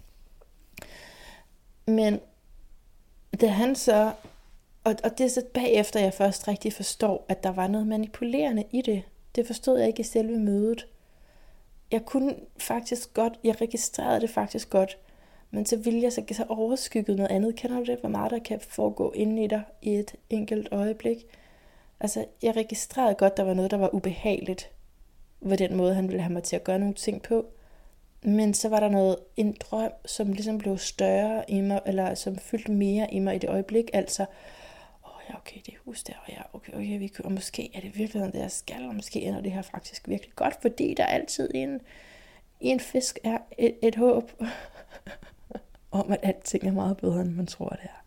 Men da han så, og, og det er så bagefter, jeg først rigtig forstår, at der var noget manipulerende i det. Det forstod jeg ikke i selve mødet. Jeg kunne faktisk godt, jeg registrerede det faktisk godt, Men så ville jeg så, så overskygget noget andet. Kender du det? Hvor meget der kan foregå inde i dig i et enkelt øjeblik? Altså, jeg registrerede godt, der var noget, der var ubehageligt ved den måde, han ville have mig til at gøre nogle ting på. Men så var der noget, en drøm, som ligesom blev større i mig, eller som fyldte mere i mig i det øjeblik. Altså, åh oh, ja, okay, det er hus der, og ja, okay, okay, vi kører, og måske er det virkelig det, jeg skal, og måske ender det her faktisk virkelig godt, fordi der altid i en, i en fisk er et, et håb om, at alting er meget bedre, end man tror, det er.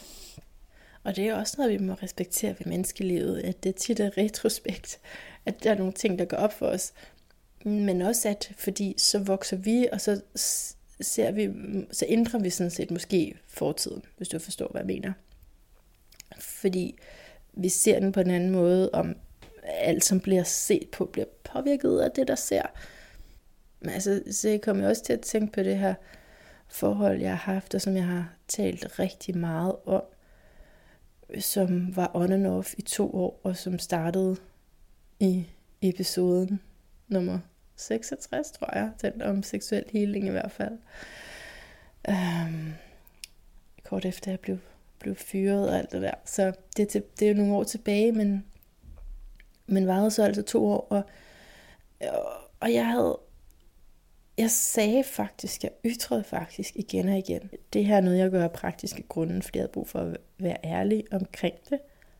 Og det er også noget, vi må respektere ved menneskelivet, at det tit er retrospekt, at der er nogle ting, der går op for os, men også at, fordi så vokser vi, og så ser vi, så ændrer vi sådan set måske fortiden, hvis du forstår, hvad jeg mener. Fordi vi ser den på en anden måde, om alt, som bliver set på, bliver påvirket af det, der ser. Men altså, så jeg kommer også til at tænke på det her forhold, jeg har haft, og som jeg har talt rigtig meget om, som var on and off i to år, og som startede i episoden nummer seksogtres, tror jeg, den om seksuel healing i hvert fald. Um, kort efter jeg blev, blev fyret og alt det der. Så det, det, det er jo nogle år tilbage, men, men varede så altså to år, og, og jeg havde, jeg sagde faktisk, jeg ytrede faktisk igen og igen. Det her er noget, jeg gør af praktiske grunde, fordi jeg havde brug for at være ærlig omkring det.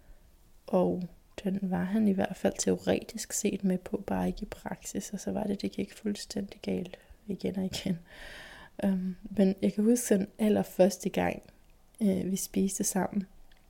Og den var han i hvert fald teoretisk set med på, bare ikke i praksis. Og så var det, det gik fuldstændig galt igen og igen. Um, men jeg kan huske sådan allerførste gang, øh, vi spiste sammen.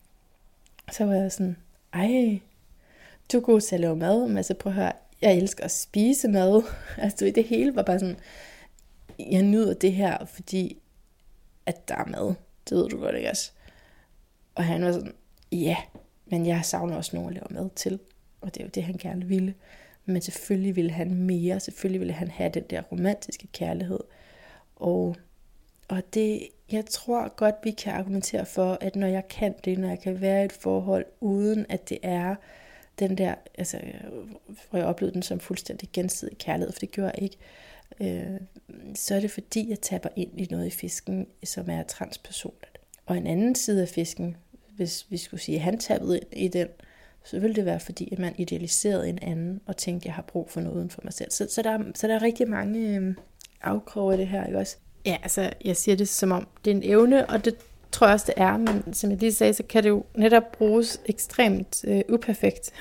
Så var jeg sådan, ej, du er god til at lave mad. Men altså prøv at høre, jeg elsker at spise mad. Altså det hele var bare sådan, jeg nyder det her, fordi at der er mad. Det ved du godt, ikke også? Og han var sådan, ja, yeah, men jeg savner også nogen at lave mad til. Og det er jo det, han gerne ville. Men selvfølgelig ville han mere. Selvfølgelig ville han have den der romantiske kærlighed. Og, og det, jeg tror godt, vi kan argumentere for, at når jeg kan det, når jeg kan være i et forhold, uden at det er den der, altså, hvor jeg oplevede den som fuldstændig gensidig kærlighed, for det gjorde jeg ikke, øh, så er det fordi, jeg tapper ind i noget i fisken, som er transpersonligt. Og en anden side af fisken, hvis vi skulle sige, at han tappede ind i den, så ville det være fordi, at man idealiserede en anden, og tænkte, at jeg har brug for noget uden for mig selv. Så, så, der, så der er rigtig mange øh, afkroge af det her, ikke også? Ja, altså, jeg siger det som om, det er en evne, og det tror jeg også, det er, men som jeg lige sagde, så kan det jo netop bruges ekstremt øh, uperfekt.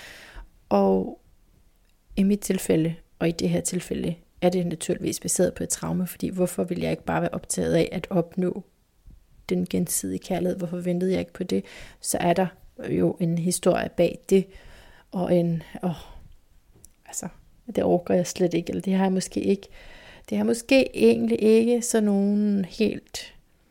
Og i mit tilfælde, og i det her tilfælde, er det naturligvis baseret på et traume, fordi hvorfor ville jeg ikke bare være optaget af at opnå den gensidige kærlighed? Hvorfor ventede jeg ikke på det? Så er der jo en historie bag det, og en, åh, altså, det overgår jeg slet ikke, eller det har jeg måske ikke, det har måske egentlig ikke sådan nogen helt,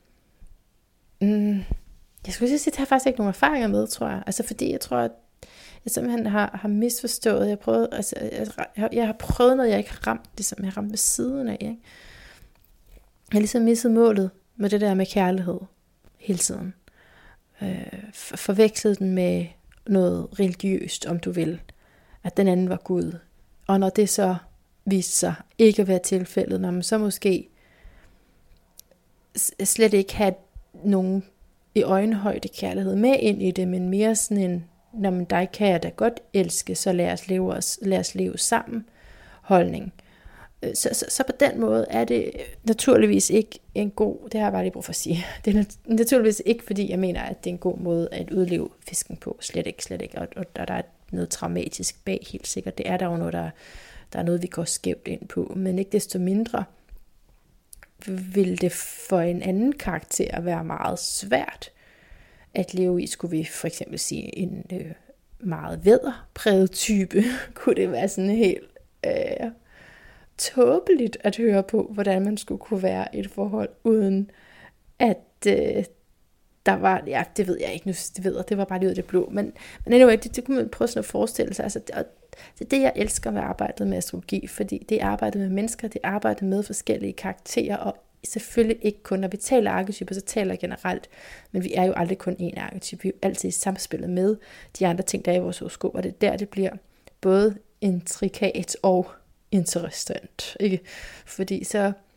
mm, jeg skulle sige, at jeg har faktisk ikke nogen erfaringer med, tror jeg, altså fordi jeg tror, at jeg simpelthen har, har misforstået, jeg, prøvede, altså, jeg, jeg har prøvet noget, jeg ikke har ramt, det som jeg har ramt ved siden af, ikke? Jeg har ligesom misset målet med det der med kærlighed hele tiden. Øh, forvekslet den med noget religiøst, om du vil, at den anden var Gud. Og når det så viste sig ikke at være tilfældet, når man så måske slet ikke have nogen i øjenhøjde kærlighed med ind i det, men mere sådan en, når man dig kan jeg da godt elske, så lad os leve, os, lad os leve sammen holdning. Så, så, så på den måde er det naturligvis ikke en god, det har jeg bare lige brug for at sige, det er naturligvis ikke, fordi jeg mener, at det er en god måde at udleve fisken på, slet ikke, slet ikke, og, og der, der er noget traumatisk bag, helt sikkert, det er der jo noget, der, der er noget, vi går skævt ind på, men ikke desto mindre vil det for en anden karakter være meget svært at leve i, skulle vi for eksempel sige en øh, meget vædderpræget type, kunne det være sådan helt øh, tåbeligt at høre på, hvordan man skulle kunne være i et forhold, uden at øh, der var, ja, det ved jeg ikke nu, det ved jeg, det var bare lige ud af det blå, men, men anyway, det, det kunne man prøve sådan at forestille sig, altså, det, det er det, jeg elsker ved arbejdet med astrologi, fordi det er arbejdet med mennesker, det er arbejdet med forskellige karakterer, og selvfølgelig ikke kun, når vi taler arketyper, så taler jeg generelt, men vi er jo aldrig kun én arketype, vi er jo altid i samspillet med de andre ting, der er i vores horoskop, og det er der, det bliver både intrikat og interessant, ikke? Fordi så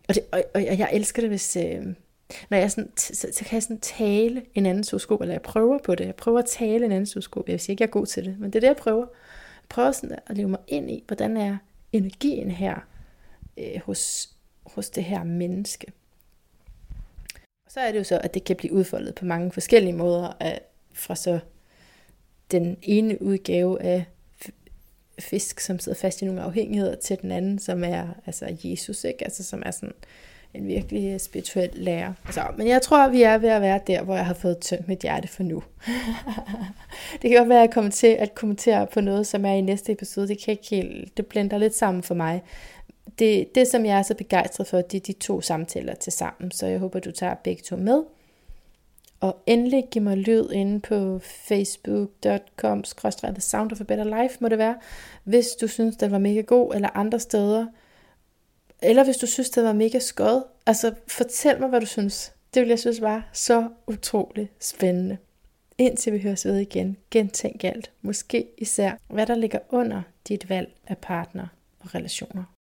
Og, det, og, og jeg elsker det, hvis... Øh, når jeg sådan, så, så kan jeg sådan tale en anden horoskop, eller jeg prøver på det. Jeg prøver at tale en anden horoskop. Jeg vil sige ikke, jeg er god til det, men det er det, jeg prøver. Jeg prøver sådan at leve mig ind i, hvordan er energien her øh, hos, hos det her menneske. Og så er det jo så, at det kan blive udfoldet på mange forskellige måder, af, fra så den ene udgave af fisk, som sidder fast i nogle afhængigheder, til den anden, som er altså Jesus, ikke? Altså som er sådan en virkelig spirituel lærer. Altså, men jeg tror, vi er ved at være der, hvor jeg har fået tømt mit hjerte for nu. Det kan godt være, at jeg kommer til at kommentere på noget, som er i næste episode. Det kan ikke helt, det blender lidt sammen for mig. Det, det som jeg er så begejstret for, det er de to samtaler til sammen. Så jeg håber, du tager begge to med. Og endelig giv mig lyd inde på facebook punktum com skråstreg the sound of a better life, må det være. Hvis du synes, den var mega god, eller andre steder. Eller hvis du synes, det var mega skød. Altså, fortæl mig, hvad du synes. Det vil jeg synes var så utroligt spændende. Indtil vi høres ved igen. Gentænk alt. Måske især, hvad der ligger under dit valg af partner og relationer.